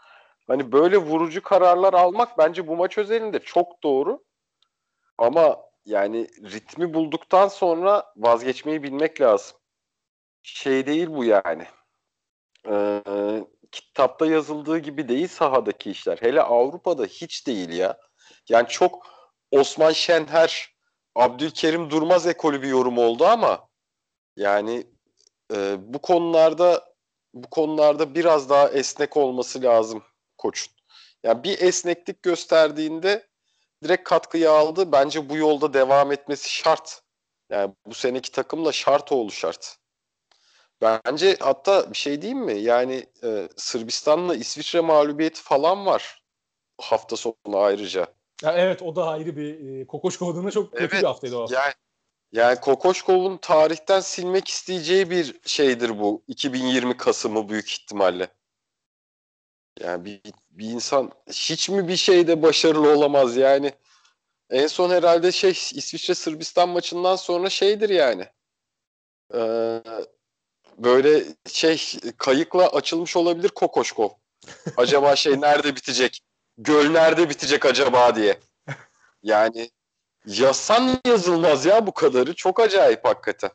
Hani böyle vurucu kararlar almak bence bu maç özelinde çok doğru. Ama yani ritmi bulduktan sonra vazgeçmeyi bilmek lazım. Şey değil bu yani. Ee, kitapta yazıldığı gibi değil sahadaki işler. Hele Avrupa'da hiç değil ya. Yani çok Osman Şenher, Abdülkerim Durmaz ekolü bir yorum oldu ama yani e, bu konularda bu konularda biraz daha esnek olması lazım koçun. Yani bir esneklik gösterdiğinde direkt katkıyı aldı. Bence bu yolda devam etmesi şart. Yani bu seneki takımla Şartoğlu şart. Bence hatta bir şey diyeyim mi? Yani e, Sırbistan'la İsviçre mağlubiyeti falan var hafta sonu ayrıca. Ya evet, o da ayrı bir e, Kokoşkov adına çok kötü bir Evet. haftaydı o. Yani yani Kokoşkov'un tarihten silmek isteyeceği bir şeydir bu iki bin yirmi Kasım'ı büyük ihtimalle. Yani bir, bir insan hiç mi bir şeyde başarılı olamaz yani? En son herhalde şey İsviçre Sırbistan maçından sonra şeydir yani. Ee, böyle şey kayıkla açılmış olabilir Kokoşkov. Acaba şey nerede bitecek? Göl nerede bitecek acaba diye. Yani yazsan yazılmaz ya bu kadarı. Çok acayip hakikaten.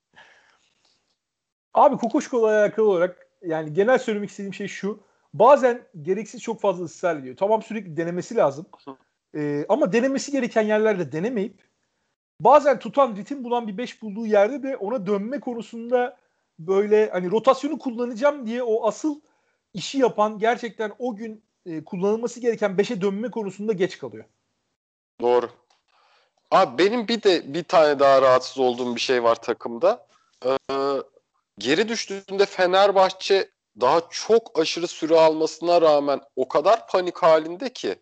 Abi Kokoşkov'la alakalı olarak yani genel söylemek istediğim şey şu. Bazen gereksiz çok fazla ısrar ediyor. Tamam, sürekli denemesi lazım. Ee, ama denemesi gereken yerlerde denemeyip bazen tutan, ritim bulan bir beş bulduğu yerde de ona dönme konusunda böyle hani rotasyonu kullanacağım diye o asıl işi yapan, gerçekten o gün e, kullanılması gereken beşe dönme konusunda geç kalıyor. Doğru. Abi benim bir de bir tane daha rahatsız olduğum bir şey var takımda. Ee, geri düştüğünde Fenerbahçe daha çok aşırı süre almasına rağmen o kadar panik halinde ki.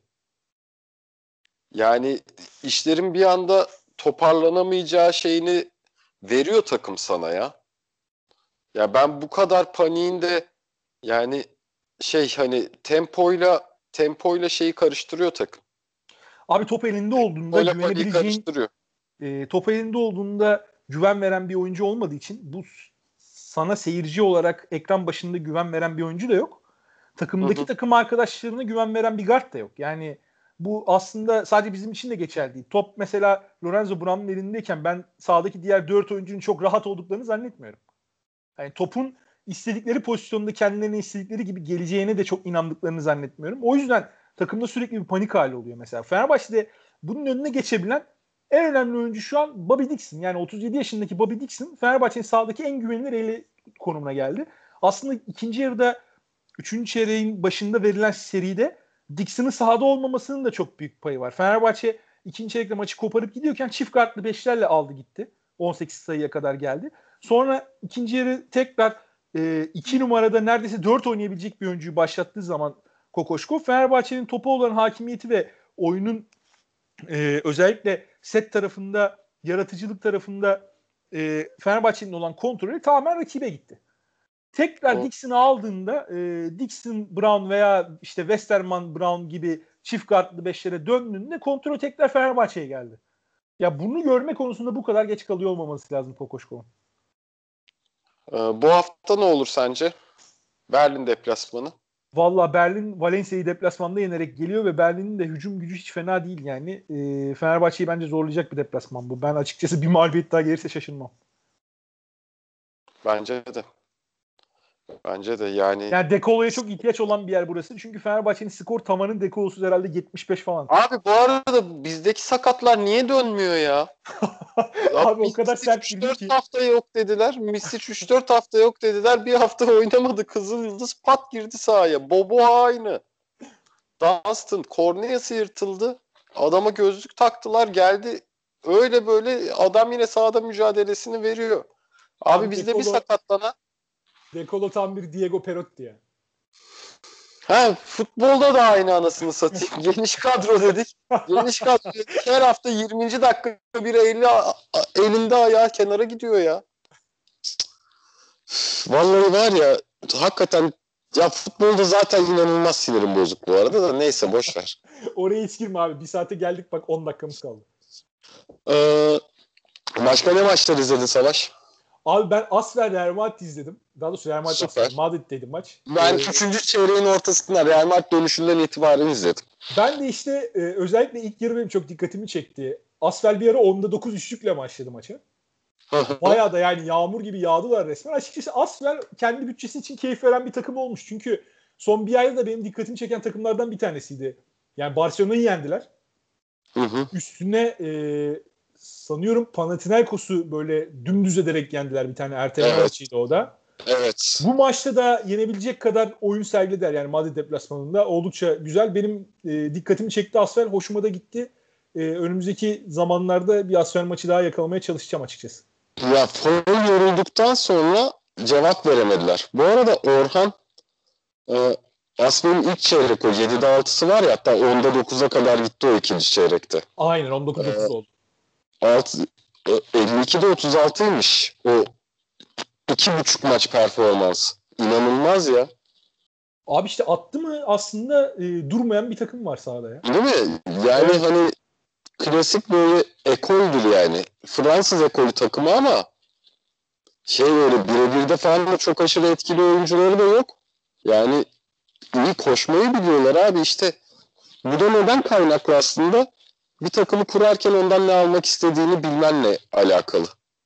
Yani işlerin bir anda toparlanamayacağı şeyini veriyor takım sana ya. Ya ben bu kadar paniğinde yani şey hani tempoyla tempoyla şeyi karıştırıyor takım. Abi top elinde olduğunda Tempoyla paniği güvenebileceğin, karıştırıyor. e, top elinde olduğunda güven veren bir oyuncu olmadığı için, bu sana seyirci olarak ekran başında güven veren bir oyuncu da yok. Hı Takımdaki hı. takım arkadaşlarına güven veren bir guard da yok. Yani bu aslında sadece bizim için de geçerli değil. Top mesela Lorenzo Brown'un elindeyken ben sahadaki diğer dört oyuncunun çok rahat olduklarını zannetmiyorum. Yani topun istedikleri pozisyonda kendilerine istedikleri gibi geleceğine de çok inandıklarını zannetmiyorum. O yüzden takımda sürekli bir panik hali oluyor mesela. Fenerbahçe'de bunun önüne geçebilen en önemli oyuncu şu an Bobby Dixon. Yani otuz yedi yaşındaki Bobby Dixon Fenerbahçe'nin sahadaki en güvenilir eli konumuna geldi. Aslında ikinci yarıda üçüncü çeyreğin başında verilen seride Dixon'ın sahada olmamasının da çok büyük payı var. Fenerbahçe ikinci çeyrekte maçı koparıp gidiyorken çift kartlı beşlerle aldı gitti. on sekiz sayıya kadar geldi. Sonra ikinci yarı tekrar e, iki numarada neredeyse dört oynayabilecek bir oyuncuyu başlattığı zaman Kokoşkov, Fenerbahçe'nin topa olan hakimiyeti ve oyunun e, özellikle set tarafında, yaratıcılık tarafında e, Fenerbahçe'nin olan kontrolü tamamen rakibe gitti. Tekrar Doğru. Dixon'ı aldığında e, Dixon Brown veya işte Westerman Brown gibi çift guardlı beşlere döndüğünde kontrol tekrar Fenerbahçe'ye geldi. Ya bunu görme konusunda bu kadar geç kalıyor olmaması lazım Kokoşkov'un. Ee, bu hafta ne olur sence? Berlin deplasmanı. Valla Berlin Valencia'yı deplasmanda yenerek geliyor ve Berlin'in de hücum gücü hiç fena değil yani. E, Fenerbahçe'yi bence zorlayacak bir deplasman bu. Ben açıkçası bir mağlubiyet daha gelirse şaşırmam. Bence de. Bence de yani. Yani Dekolo'ya çok ihtiyaç olan bir yer burası. Çünkü Fenerbahçe'nin skor tavanın Dekolo'suz herhalde yetmiş beş falan. Abi bu arada bizdeki sakatlar niye dönmüyor ya? Abi Abi o kadar Misic sert girdin üç dört ki. hafta yok dediler. Misic üç dört hafta yok dediler. Bir hafta oynamadı. Kızıl Yıldız pat girdi sahaya. Bobo aynı. Dunstan korneası yırtıldı. Adama gözlük taktılar geldi. Öyle böyle adam yine sahada mücadelesini veriyor. Abi Abi bizde bir Dekolo, sakatlana. Dekolo tam bir Diego Perotti ya. Ha futbolda da aynı anasını satayım. Geniş kadro dedik. Geniş kadro dedik. Her hafta yirminci dakika bir eli, elinde ayağı kenara gidiyor ya. Vallahi var ya hakikaten ya futbolda zaten inanılmaz sinirim bozuk bu arada da neyse boş ver. Oraya hiç girme abi. Bir saate geldik bak, on dakikamız kaldı. Ee, başka ne maçlar izledin Savaş? Abi ben Asfer Real Madrid izledim. Daha doğrusu Real Madrid Asfer. Madrid'deydi maç. Ben ee, üçüncü çeyreğin ortasında Real Madrid dönüşünden itibaren izledim. Ben de işte e, özellikle ilk yarı benim çok dikkatimi çekti. Asfer bir ara onda dokuz üçlükle başladı maça. Bayağı da yani yağmur gibi yağdılar resmen. Açıkçası Asfer kendi bütçesi için keyif veren bir takım olmuş. Çünkü son bir ayda da benim dikkatimi çeken takımlardan bir tanesiydi. Yani Barcelona'yı yendiler. Hı hı. Üstüne e, sanıyorum Panathinaikos'u böyle dümdüz ederek yendiler, bir tane erteleme Evet. maçıydı o da. Evet. Bu maçta da yenebilecek kadar oyun sergilediler yani Madrid deplasmanında. Oldukça güzel. Benim e, dikkatimi çekti Asfer. Hoşuma da gitti. E, önümüzdeki zamanlarda bir Asfer maçı daha yakalamaya çalışacağım açıkçası. Ya foul yorulduktan sonra cevap veremediler. Bu arada Orhan e, Asfer'in ilk çeyrek o yedide altısı var ya, hatta onda dokuza kadar gitti o ikinci çeyrekte. Aynen on dokuz dokuz Ee, oldu. Alt, e, elli ikide otuz altıymış o iki buçuk maç performans. İnanılmaz ya. Abi işte attı mı aslında e, durmayan bir takım var sahada ya. Değil mi? Yani Evet. hani klasik böyle ekoldür yani. Fransız ekolü takımı ama şey öyle birebirde falan da çok aşırı etkili oyuncuları da yok. Yani iyi koşmayı biliyorlar abi işte. Bu da neden kaynaklı aslında? Bir takımı kurarken ondan ne almak istediğini bilmenle alakalı.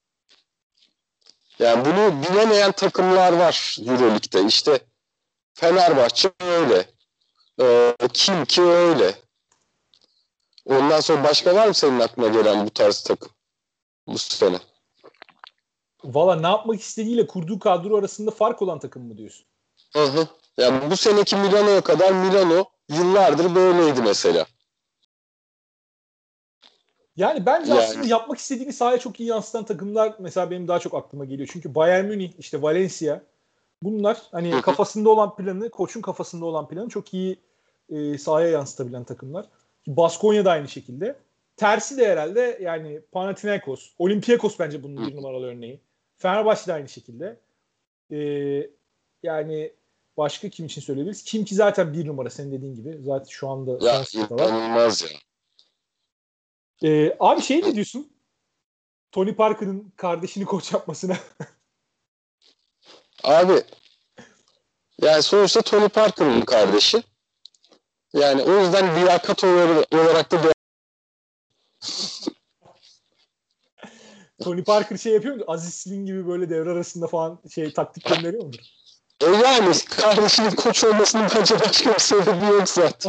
Yani bunu bilemeyen takımlar var Euroleague'de. İşte Fenerbahçe öyle. Ee, kim ki öyle. Ondan sonra başka var mı senin aklına gelen bu tarz takım bu sene? Valla ne yapmak istediğiyle kurduğu kadro arasında fark olan takım mı diyorsun? Hı hı. Yani bu seneki Milano'ya kadar Milano yıllardır böyleydi mesela. Yani bence Yani. aslında yapmak istediğini sahaya çok iyi yansıtan takımlar mesela benim daha çok aklıma geliyor. Çünkü Bayern Münih, işte Valencia, bunlar hani Hı hı. kafasında olan planı, koçun kafasında olan planı çok iyi e, sahaya yansıtabilen takımlar. Baskonya da aynı şekilde. Tersi de herhalde yani Panathinaikos, Olympiakos bence bunun bir numaralı örneği. Fenerbahçe de aynı şekilde. E, yani başka kim için söyleyebiliriz? Kim ki zaten bir numara senin dediğin gibi. Zaten şu anda son Ya sıradalar. inanılmaz ya. E, abi şey ne diyorsun? Tony Parker'ın kardeşini koç yapmasına. Abi yani sonuçta Tony Parker'ın kardeşi. Yani o yüzden liyakat olarak da Tony Parker şey yapıyor mu? Aziz Silin gibi böyle devre arasında falan şey taktik gönderiyor mudur? E yani kardeşinin koç olmasının bence başka bir sebebi yok zaten.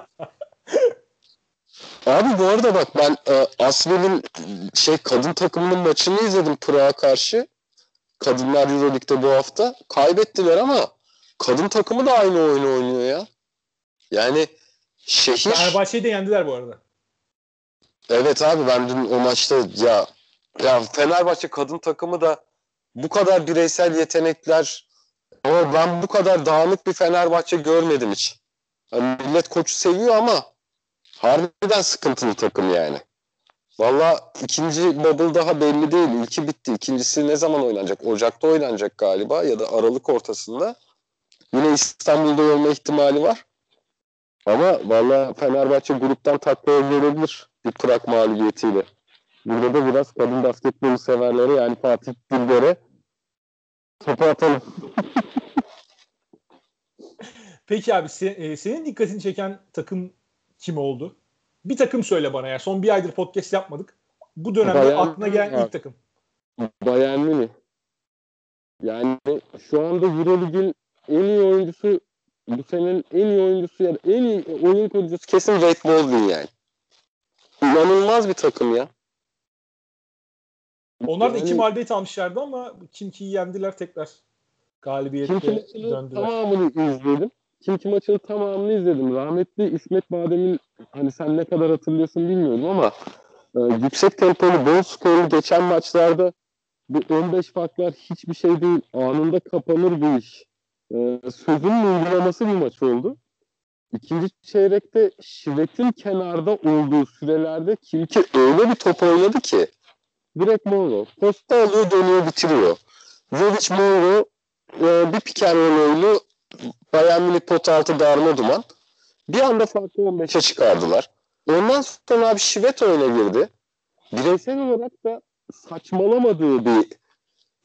Abi bu arada bak ben e, Asvel'in şey kadın takımının maçını izledim Prag'a karşı. Kadınlar Euroleague'de bu hafta. Kaybettiler ama kadın takımı da aynı oyunu oynuyor ya. Yani şehir... Fenerbahçe'yi de yendiler bu arada. Evet abi ben dün o maçta ya ya Fenerbahçe kadın takımı da bu kadar bireysel yetenekler ama ben bu kadar dağınık bir Fenerbahçe görmedim hiç. Yani millet koçu seviyor ama harbiden sıkıntılı takım yani. Valla ikinci bubble daha belli değil. İlki bitti. İkincisi ne zaman oynanacak? Ocak'ta oynanacak galiba ya da Aralık ortasında. Yine İstanbul'da olma ihtimali var. Ama valla Fenerbahçe gruptan taklaya gelebilir bir Prag mağlubiyetiyle. Burada da biraz kadın basketbolu severlere yani Fatih Dilber'e topu atalım. Peki abi se- e, senin dikkatini çeken takım kim oldu? Bir takım söyle bana ya. Son bir aydır podcast yapmadık. Bu dönemde Bayern aklına gelen Münih ilk takım. Bayern Münih. Yani şu anda Euroleague'in en iyi oyuncusu bu senenin en iyi oyuncusu ya da en iyi oyun kurucusu kesin Wade Baldwin yani. İnanılmaz bir takım ya. Onlar da Yani, iki mağlubiyet almışlardı ama Kimki'yi yendiler tekrar. Galibiyette Kimki maçının döndüler. tamamını izledim. Kimki maçının tamamını izledim. Rahmetli İsmet Badem'in hani sen ne kadar hatırlıyorsun bilmiyorum ama e, yüksek tempolu, bol skorlu geçen maçlarda bu on beş farklar hiçbir şey değil. Anında kapanır bu iş. E, sözünün uygulaması bir maç oldu. İkinci çeyrekte Şivet'in kenarda olduğu sürelerde Kimki öyle bir top oynadı ki direkt Monroe. Posta alıyor, dönüyor, bitiriyor. Jovic Monroe e, bir pick and roll oyunu Bayern Münih pot altı darma duman. Bir anda farklı on beşe çıkardılar. Ondan sonra abi Şivet oyuna girdi. Bireysel olarak da saçmalamadığı bir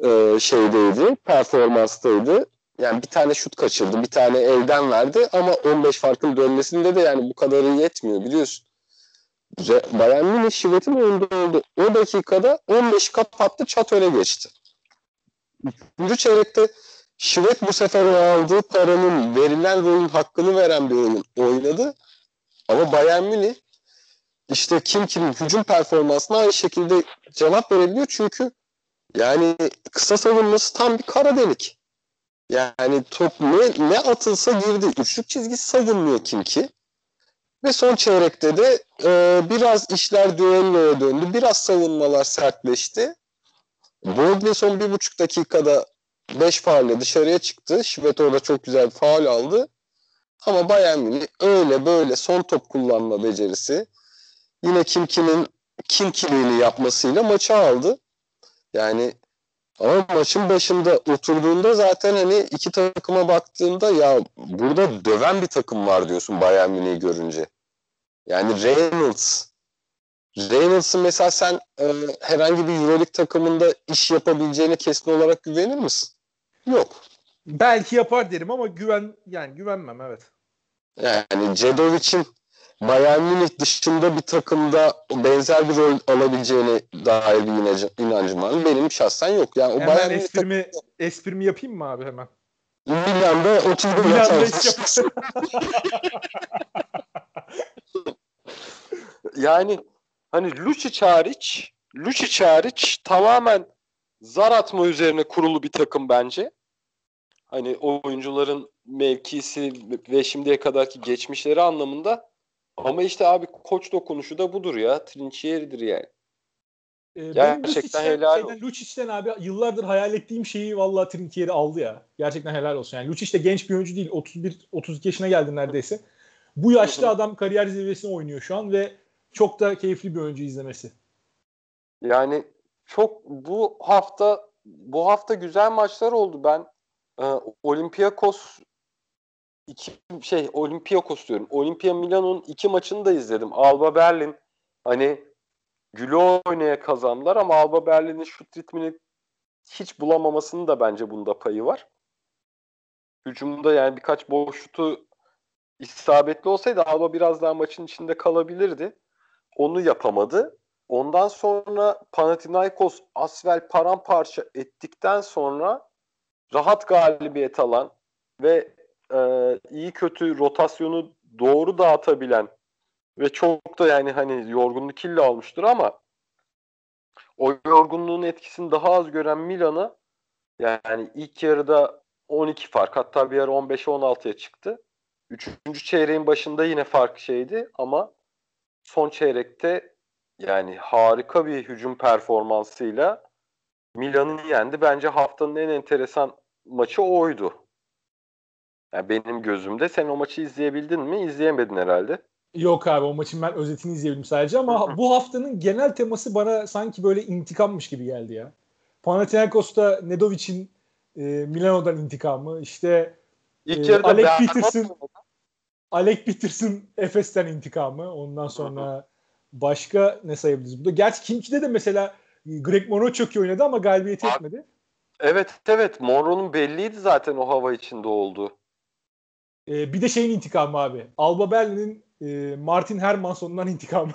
e, şeydeydi, performanstaydı. Yani bir tane şut kaçırdı, bir tane elden verdi ama on beş farkın dönmesinde de yani bu kadarı yetmiyor biliyorsun. Bayern Münih Şivet'in önünde oldu. O dakikada on beş kapattı, çat öne geçti. Üçüncü çeyrekte Şivet bu sefer o aldığı paranın verilen rolün hakkını veren bir oyun oynadı. Ama Bayern Münih işte kim kimin hücum performansına aynı şekilde cevap verebiliyor. Çünkü yani kısa savunması tam bir kara delik. Yani top ne, ne atılsa girdi. Üçlük çizgisi savunmuyor kim ki. Ve son çeyrekte de e, biraz işler düelloya döndü. Biraz savunmalar sertleşti. Bogle son bir buçuk dakikada beş faulle dışarıya çıktı. Şivet orada çok güzel bir faul aldı. Ama Bayern Münih öyle böyle son top kullanma becerisi. Yine Kimki'nin Kimkiliğini yapmasıyla maçı aldı. Yani ama maçın başında oturduğunda zaten hani iki takıma baktığında ya burada döven bir takım var diyorsun Bayern Münih'i görünce. Yani Reynolds. Reynolds'ın mesela sen e, herhangi bir Euroleague takımında iş yapabileceğine kesin olarak güvenir misin? Yok. Belki yapar derim ama güven yani güvenmem, evet. Yani Cedovic'in Bayern Münih dışında bir takımda benzer bir rol alabileceğine dair bir inancım var. Benim şahsen yok. Yani o Hemen Bayern Münih esprimi, esprimi yapayım mı abi hemen? Milan'da otuz gol Milan'da atar. iş yapar. Yani hani Lucic hariç, Lucic hariç tamamen zar atma üzerine kurulu bir takım bence. Hani o oyuncuların mevkisi ve şimdiye kadarki geçmişleri anlamında. Ama işte abi koç dokunuşu da budur ya. Trinchieri'dir yani. Ee, benim Gerçekten Lucic'ten, helal şeyden, olsun. Lucic'ten abi yıllardır hayal ettiğim şeyi vallahi Trinkieri aldı ya. Gerçekten helal olsun. Yani Lucic de genç bir oyuncu değil. otuz bir otuz iki yaşına geldi neredeyse. Bu yaşta adam kariyer zirvesine oynuyor şu an ve çok da keyifli bir oyuncu izlemesi. Yani çok bu hafta bu hafta güzel maçlar oldu. Ben e, Olympiakos iki şey Olympiakos diyorum. Olimpia Milano'nun iki maçını da izledim. Alba Berlin hani güle oynaya kazandılar ama Alba Berlin'in şut ritmini hiç bulamamasının da bence bunda payı var. Hücumda yani birkaç boş şutu isabetli olsaydı Alba biraz daha maçın içinde kalabilirdi. Onu yapamadı. Ondan sonra Panathinaikos Asvel paramparça ettikten sonra rahat galibiyet alan ve e, iyi kötü rotasyonu doğru dağıtabilen ve çok da yani hani yorgunluk illa almıştır ama o yorgunluğun etkisini daha az gören Milan'a yani ilk yarıda on iki fark, hatta bir ara on beşe on altıya çıktı. Üçüncü çeyreğin başında yine fark şeydi ama son çeyrekte yani harika bir hücum performansıyla Milan'ı yendi. Bence haftanın en enteresan maçı oydu. Yani benim gözümde. Sen o maçı izleyebildin mi? İzleyemedin herhalde. Yok abi, o maçın ben özetini izleyebildim sadece ama bu haftanın genel teması bana sanki böyle intikammış gibi geldi ya. Panathinaikos'ta Nedovic'in e, Milano'dan intikamı, işte İlk e, yarıda Alec berbat Peterson Alec Peterson Efes'ten intikamı. Ondan sonra başka ne sayabiliriz burada? Gerçi Kimki'de de mesela Greg Monroe çok iyi oynadı ama galibiyeti Abi, etmedi. evet evet, Monroe'nun belliydi zaten o hava içinde olduğu. E, bir de şeyin intikamı abi. Alba Berlin'in e, Martin Hermansson'dan intikamı.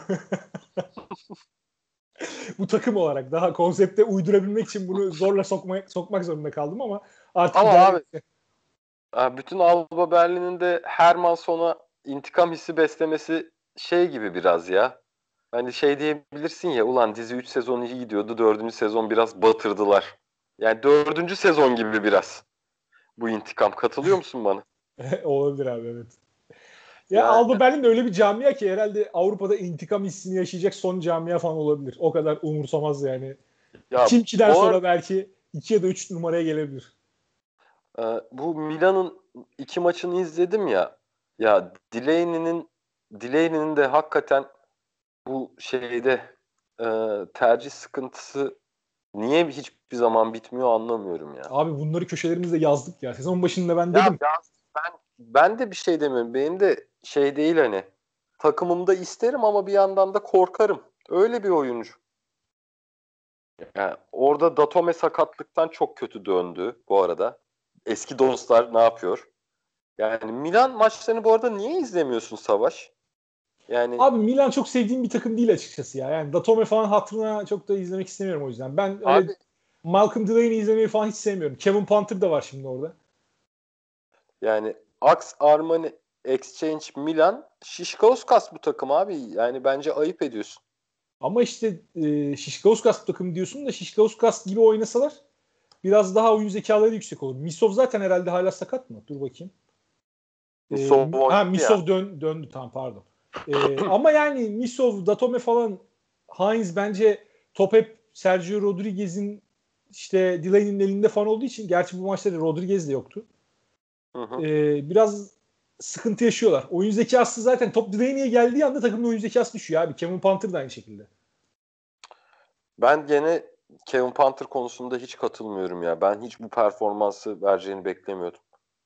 Bu takım olarak daha konsepte uydurabilmek için bunu zorla sokmak, sokmak zorunda kaldım ama artık Ama idare abi etti. bütün Alba Berlin'in de Hermannsson'a intikam hissi beslemesi şey gibi biraz ya. Hani şey diyebilirsin ya, ulan dizi üç sezon iyi gidiyordu, dördüncü sezon biraz batırdılar. Yani dördüncü sezon gibi biraz bu intikam. Katılıyor musun bana? Olabilir abi, evet. Ya Yani Alba Berlin de öyle bir camia ki herhalde Avrupa'da intikam hissini yaşayacak son camia falan olabilir. O kadar umursamaz yani. ya Kimki'den bu sonra arada belki iki ya da üç numaraya gelebilir. e, bu Milan'ın iki maçını izledim ya. Ya Delaney'nin Delaney'nin de hakikaten bu şeyde e, tercih sıkıntısı niye hiçbir zaman bitmiyor anlamıyorum ya. Abi bunları köşelerimizde yazdık ya. Sezon başında ben Ya dedim. ya ben ben de bir şey demiyorum. Benim de şey değil hani. Takımımda isterim ama bir yandan da korkarım. Öyle bir oyuncu. Yani orada Datome sakatlıktan çok kötü döndü bu arada. Eski dostlar ne yapıyor? Yani Milan maçlarını bu arada niye izlemiyorsun Savaş? Yani Abi Milan çok sevdiğim bir takım değil açıkçası ya. Yani Datome falan hatırına çok da izlemek istemiyorum o yüzden. Ben öyle abi Malcolm Delaney izlemeyi falan hiç sevmiyorum. Kevin Panther da var şimdi orada. yani Ax Armani Exchange Milan Şişkauskas bu takım abi. Yani bence ayıp ediyorsun. Ama işte e, Şişkauskas takım diyorsun da Şişkauskas gibi oynasalar biraz daha oyun zekaları yüksek olur. Misov zaten herhalde hala sakat mı? Dur bakayım. E, Misov ha oynadı ya. Misov dön, döndü tam pardon. E, ama yani Misov, Datome falan Heinz bence top hep Sergio Rodriguez'in işte Delaney'nin elinde falan olduğu için gerçi bu maçta Rodriguez de yoktu. Hı hı. E, biraz sıkıntı yaşıyorlar. Oyun zekası zaten top Delaney'e geldiği anda takımın oyun zekası düşüyor abi. Kevin Panther da aynı şekilde. Ben gene Kevin Panther konusunda hiç katılmıyorum ya. Ben hiç bu performansı vereceğini beklemiyordum.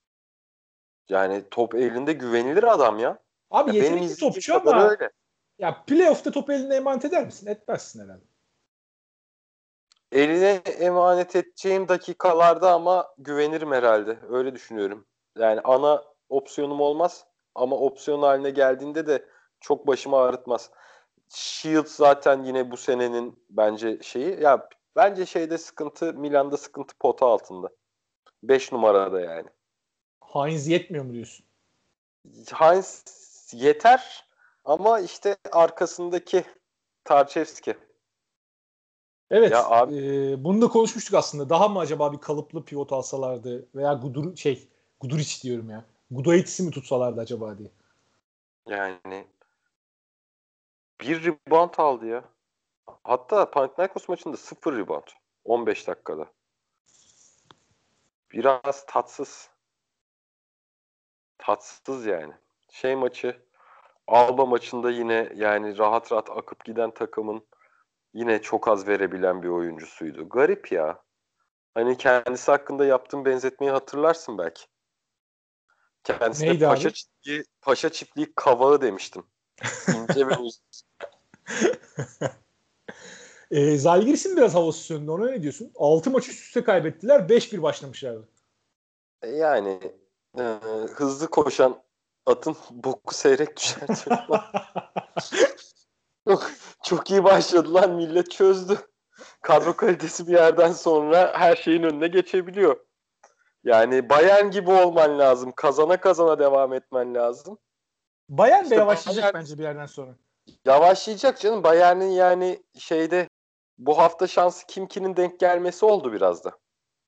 Yani top elinde güvenilir adam ya. Abi Ya benim yetenekli izlediğim topçu kadarı ama öyle. ya playoff'ta topu eline emanet eder misin? Etmezsin herhalde. Eline emanet edeceğim dakikalarda ama güvenirim herhalde. Öyle düşünüyorum. Yani ana opsiyonum olmaz ama opsiyon haline geldiğinde de çok başımı ağrıtmaz. Shield zaten yine bu senenin bence şeyi. Ya bence şeyde sıkıntı, Milan'da sıkıntı pota altında. Beş numarada yani. Heinz yetmiyor mu diyorsun? Heinz yeter ama işte arkasındaki Tarçevski. Ya Evet. abi E, bunu da konuşmuştuk aslında. Daha mı acaba bir kalıplı pivot alsalardı veya Gudur şey Guduric diyorum ya. Gudaitis'i mi tutsalardı acaba diye. yani bir rebound aldı ya. Hatta Panathinaikos maçında sıfır rebound. on beş dakikada. Biraz tatsız. Tatsız yani. Şey maçı, Alba maçında yine yani rahat rahat akıp giden takımın yine çok az verebilen bir oyuncusuydu. Garip ya. Hani kendisi hakkında yaptığım benzetmeyi hatırlarsın belki. Kendisine Neydi paşa abi? çiftliği, paşa çiftliği kavağı demiştim. İnce ve uzun. E, Zalgiris'in biraz havası söndü. Ona ne diyorsun? altı maç üst üste kaybettiler. beş bir başlamışlardı. Yani e, hızlı koşan atın boku seyrek düşer diyor. Çok, çok iyi başladılar. Millet çözdü. Kadro kalitesi bir yerden sonra her şeyin önüne geçebiliyor. Yani Bayern gibi olman lazım. Kazana kazana devam etmen lazım. Bayern de İşte yavaşlayacak Bayern bence bir yerden sonra. yavaşlayacak canım. Bayern'in yani şeyde bu hafta şansı kim kimin denk gelmesi oldu biraz da.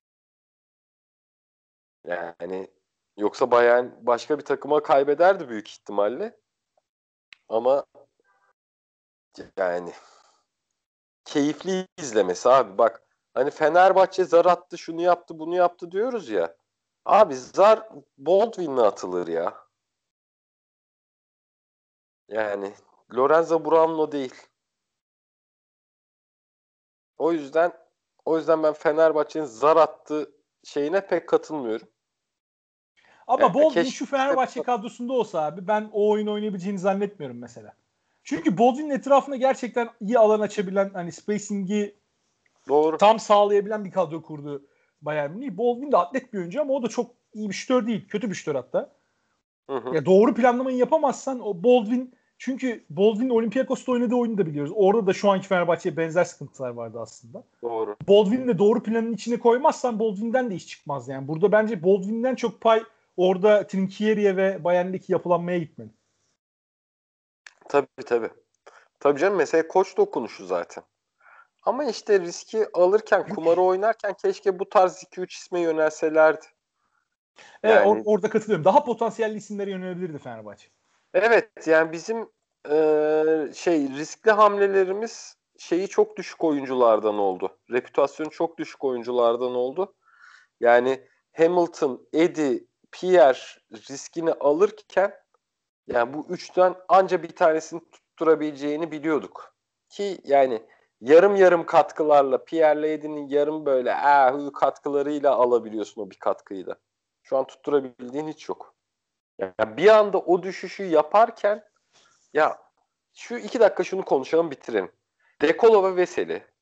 Yani yoksa Bayern başka bir takıma kaybederdi büyük ihtimalle. Ama yani keyifli izlemesi abi. Bak hani Fenerbahçe zar attı, şunu yaptı, bunu yaptı diyoruz ya. Abi zar Baldwin'le atılır ya. Yani Lorenzo Brown'la değil. O yüzden o yüzden ben Fenerbahçe'nin zar attığı şeyine pek katılmıyorum. Ama Yani Baldwin şu keşke işte Fenerbahçe kadrosunda olsa abi ben o oyunu oynayabileceğini zannetmiyorum mesela. Çünkü Baldwin'in etrafına gerçekten iyi alan açabilen hani spacing'i doğru. tam sağlayabilen bir kadro kurdu Bayern Münih. Baldwin de atlet bir oyuncu ama o da çok iyi bir şütör değil. Kötü bir şütör hatta. Hı hı, Ya doğru planlamayı yapamazsan o Baldwin çünkü Baldwin Olympiakos'ta oynadığı oyunu da biliyoruz. Orada da şu anki Fenerbahçe'ye benzer sıkıntılar vardı aslında. doğru. Baldwin'i de doğru planın içine koymazsan Baldwin'den de iş çıkmaz yani. Burada bence Baldwin'den çok pay orada Trinkieri'ye ve Bayern'deki yapılanmaya gitmeli. Tabii tabii. Tabii canım mesela koç dokunuşu zaten. Ama işte riski alırken, kumarı oynarken keşke bu tarz iki üç isme yönelselerdi. Evet or- Yani orada katılıyorum. Daha potansiyelli isimlere yönelebilirdi Fenerbahçe. evet yani bizim eee, şey riskli hamlelerimiz şeyi çok düşük oyunculardan oldu. Reputasyonu çok düşük oyunculardan oldu. Yani Hamilton, Eddie, Pierre riskini alırken yani bu üçten anca bir tanesini tutturabileceğini biliyorduk. Ki yani yarım yarım katkılarla Pierre'le Eddie'nin yarım böyle ah, katkılarıyla alabiliyorsun o bir katkıyı da. Şu an tutturabildiğin hiç yok. Yani bir anda o düşüşü yaparken ya şu iki dakika şunu konuşalım bitirelim. Dekolo ve Veseli.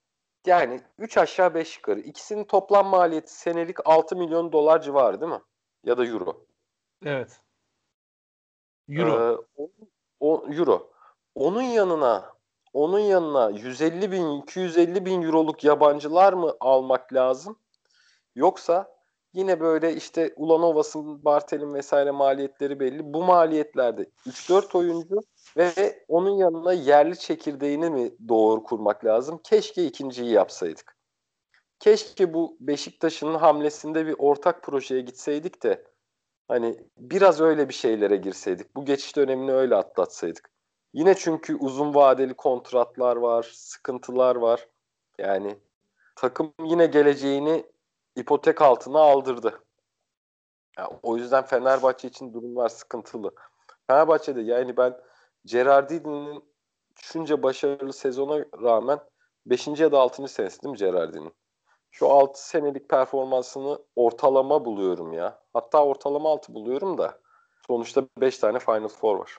Yani üç aşağı beş yukarı. İkisinin toplam maliyeti senelik altı milyon dolar civarı değil mi? Ya da euro. Evet. Ee, Euro. o, o- euro. Onun yanına onun yanına yüz elli bin iki yüz elli bin euroluk yabancılar mı almak lazım? Yoksa yine böyle işte Ulanovas'ın, Bartel'in vesaire maliyetleri belli. Bu maliyetlerde üç dört oyuncu ve onun yanına yerli çekirdeğini mi doğru kurmak lazım? Keşke ikinciyi yapsaydık. Keşke bu Beşiktaş'ın hamlesinde bir ortak projeye gitseydik de hani biraz öyle bir şeylere girseydik. Bu geçiş dönemini öyle atlatsaydık. Yine çünkü uzun vadeli kontratlar var, sıkıntılar var. Yani takım yine geleceğini ipotek altına aldırdı. Ya, o yüzden Fenerbahçe için durumlar sıkıntılı. Fenerbahçe'de yani ben Gerardini'nin şunca başarılı sezona rağmen beşinci ya da altıncı senesi değil mi Gerardini'nin? Şu altı senelik performansını ortalama buluyorum ya. Hatta ortalama altı buluyorum da sonuçta beş tane Final Four var.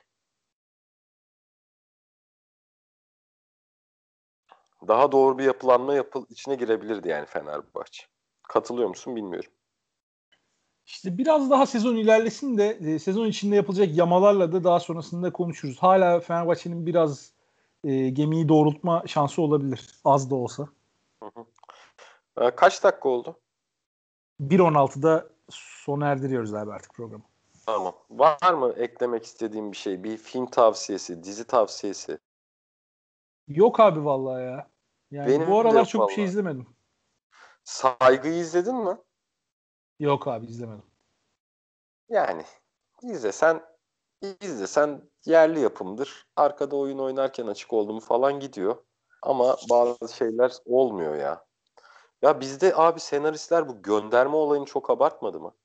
Daha doğru bir yapılanma yapıl içine girebilirdi yani Fenerbahçe. Katılıyor musun bilmiyorum. İşte biraz daha sezon ilerlesin de e, sezon içinde yapılacak yamalarla da daha sonrasında konuşuruz. Hala Fenerbahçe'nin biraz e, gemiyi doğrultma şansı olabilir. Az da olsa. Hı hı. Ee, kaç dakika oldu? bir on altıda sona erdiriyoruz abi artık programı. Tamam. Var mı eklemek istediğim bir şey? Bir film tavsiyesi, dizi tavsiyesi? Yok abi vallahi ya. Yani bu Benim de aralar yok çok bir şey vallahi. izlemedim. Saygı'yı izledin mi? Yok abi izlemedim. Yani izlesen izlesen yerli yapımdır. Arkada oyun oynarken açık oldu mu falan gidiyor. Ama bazı şeyler olmuyor ya. Ya bizde abi senaristler bu gönderme olayını çok abartmadı mı?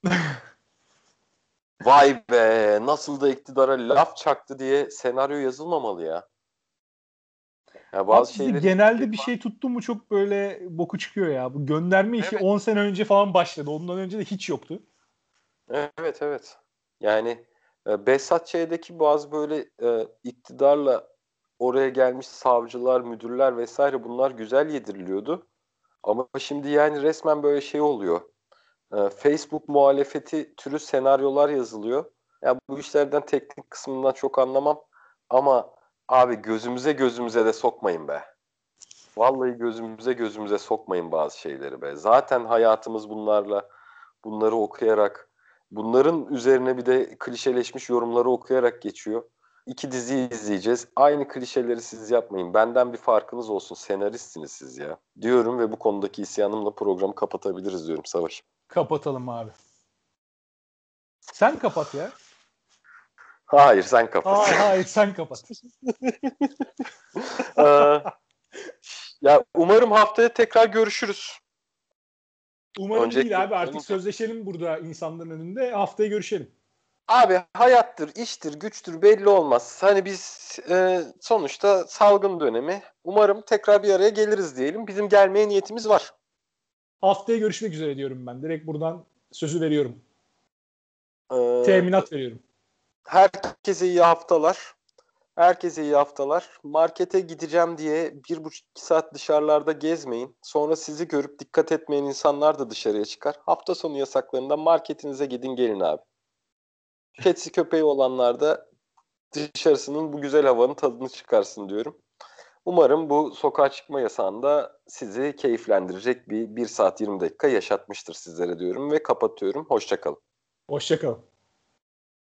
Vay be nasıl da iktidara laf çaktı diye senaryo yazılmamalı ya. Ya Abi bazı bizde şeylerin genelde bir şey tuttu mu çok böyle boku çıkıyor ya. Bu gönderme işi evet on sene önce falan başladı. Ondan önce de hiç yoktu. evet evet. Yani e, Behzat Ç'deki bazı böyle e, iktidarla oraya gelmiş savcılar, müdürler vesaire bunlar güzel yediriliyordu. Ama şimdi yani resmen böyle şey oluyor. E, Facebook muhalefeti türü senaryolar yazılıyor. Ya bu işlerden teknik kısmından çok anlamam. Ama abi gözümüze gözümüze de sokmayın be. Vallahi gözümüze gözümüze sokmayın bazı şeyleri be. Zaten hayatımız bunlarla, bunları okuyarak, bunların üzerine bir de klişeleşmiş yorumları okuyarak geçiyor. İki dizi izleyeceğiz. Aynı klişeleri siz yapmayın. Benden bir farkınız olsun. Senaristsiniz siz ya. Diyorum ve bu konudaki isyanımla programı kapatabiliriz diyorum Savaş. Kapatalım abi. Sen kapat ya. Hayır sen kapat. Hayır hayır sen kapat. Ee, ya umarım haftaya tekrar görüşürüz. Umarım değil Öncelikle abi artık onu da- sözleşelim burada insanların önünde. Haftaya görüşelim. Abi hayattır, iştir, güçtür belli olmaz. Hani biz e, sonuçta salgın dönemi. Umarım tekrar bir araya geliriz diyelim. Bizim gelmeye niyetimiz var. Haftaya görüşmek üzere diyorum ben. Direkt buradan sözü veriyorum. Ee, Teminat veriyorum. herkese iyi haftalar. Herkese iyi haftalar. Markete gideceğim diye bir buçuk iki saat dışarılarda gezmeyin. Sonra sizi görüp dikkat etmeyen insanlar da dışarıya çıkar. Hafta sonu yasaklarında marketinize gidin gelin abi. Petsi köpeği olanlar da dışarısının bu güzel havanın tadını çıkarsın diyorum. Umarım bu sokağa çıkma yasağında sizi keyiflendirecek bir bir saat yirmi dakika yaşatmıştır sizlere diyorum ve kapatıyorum. Hoşça kalın. Hoşça kalın.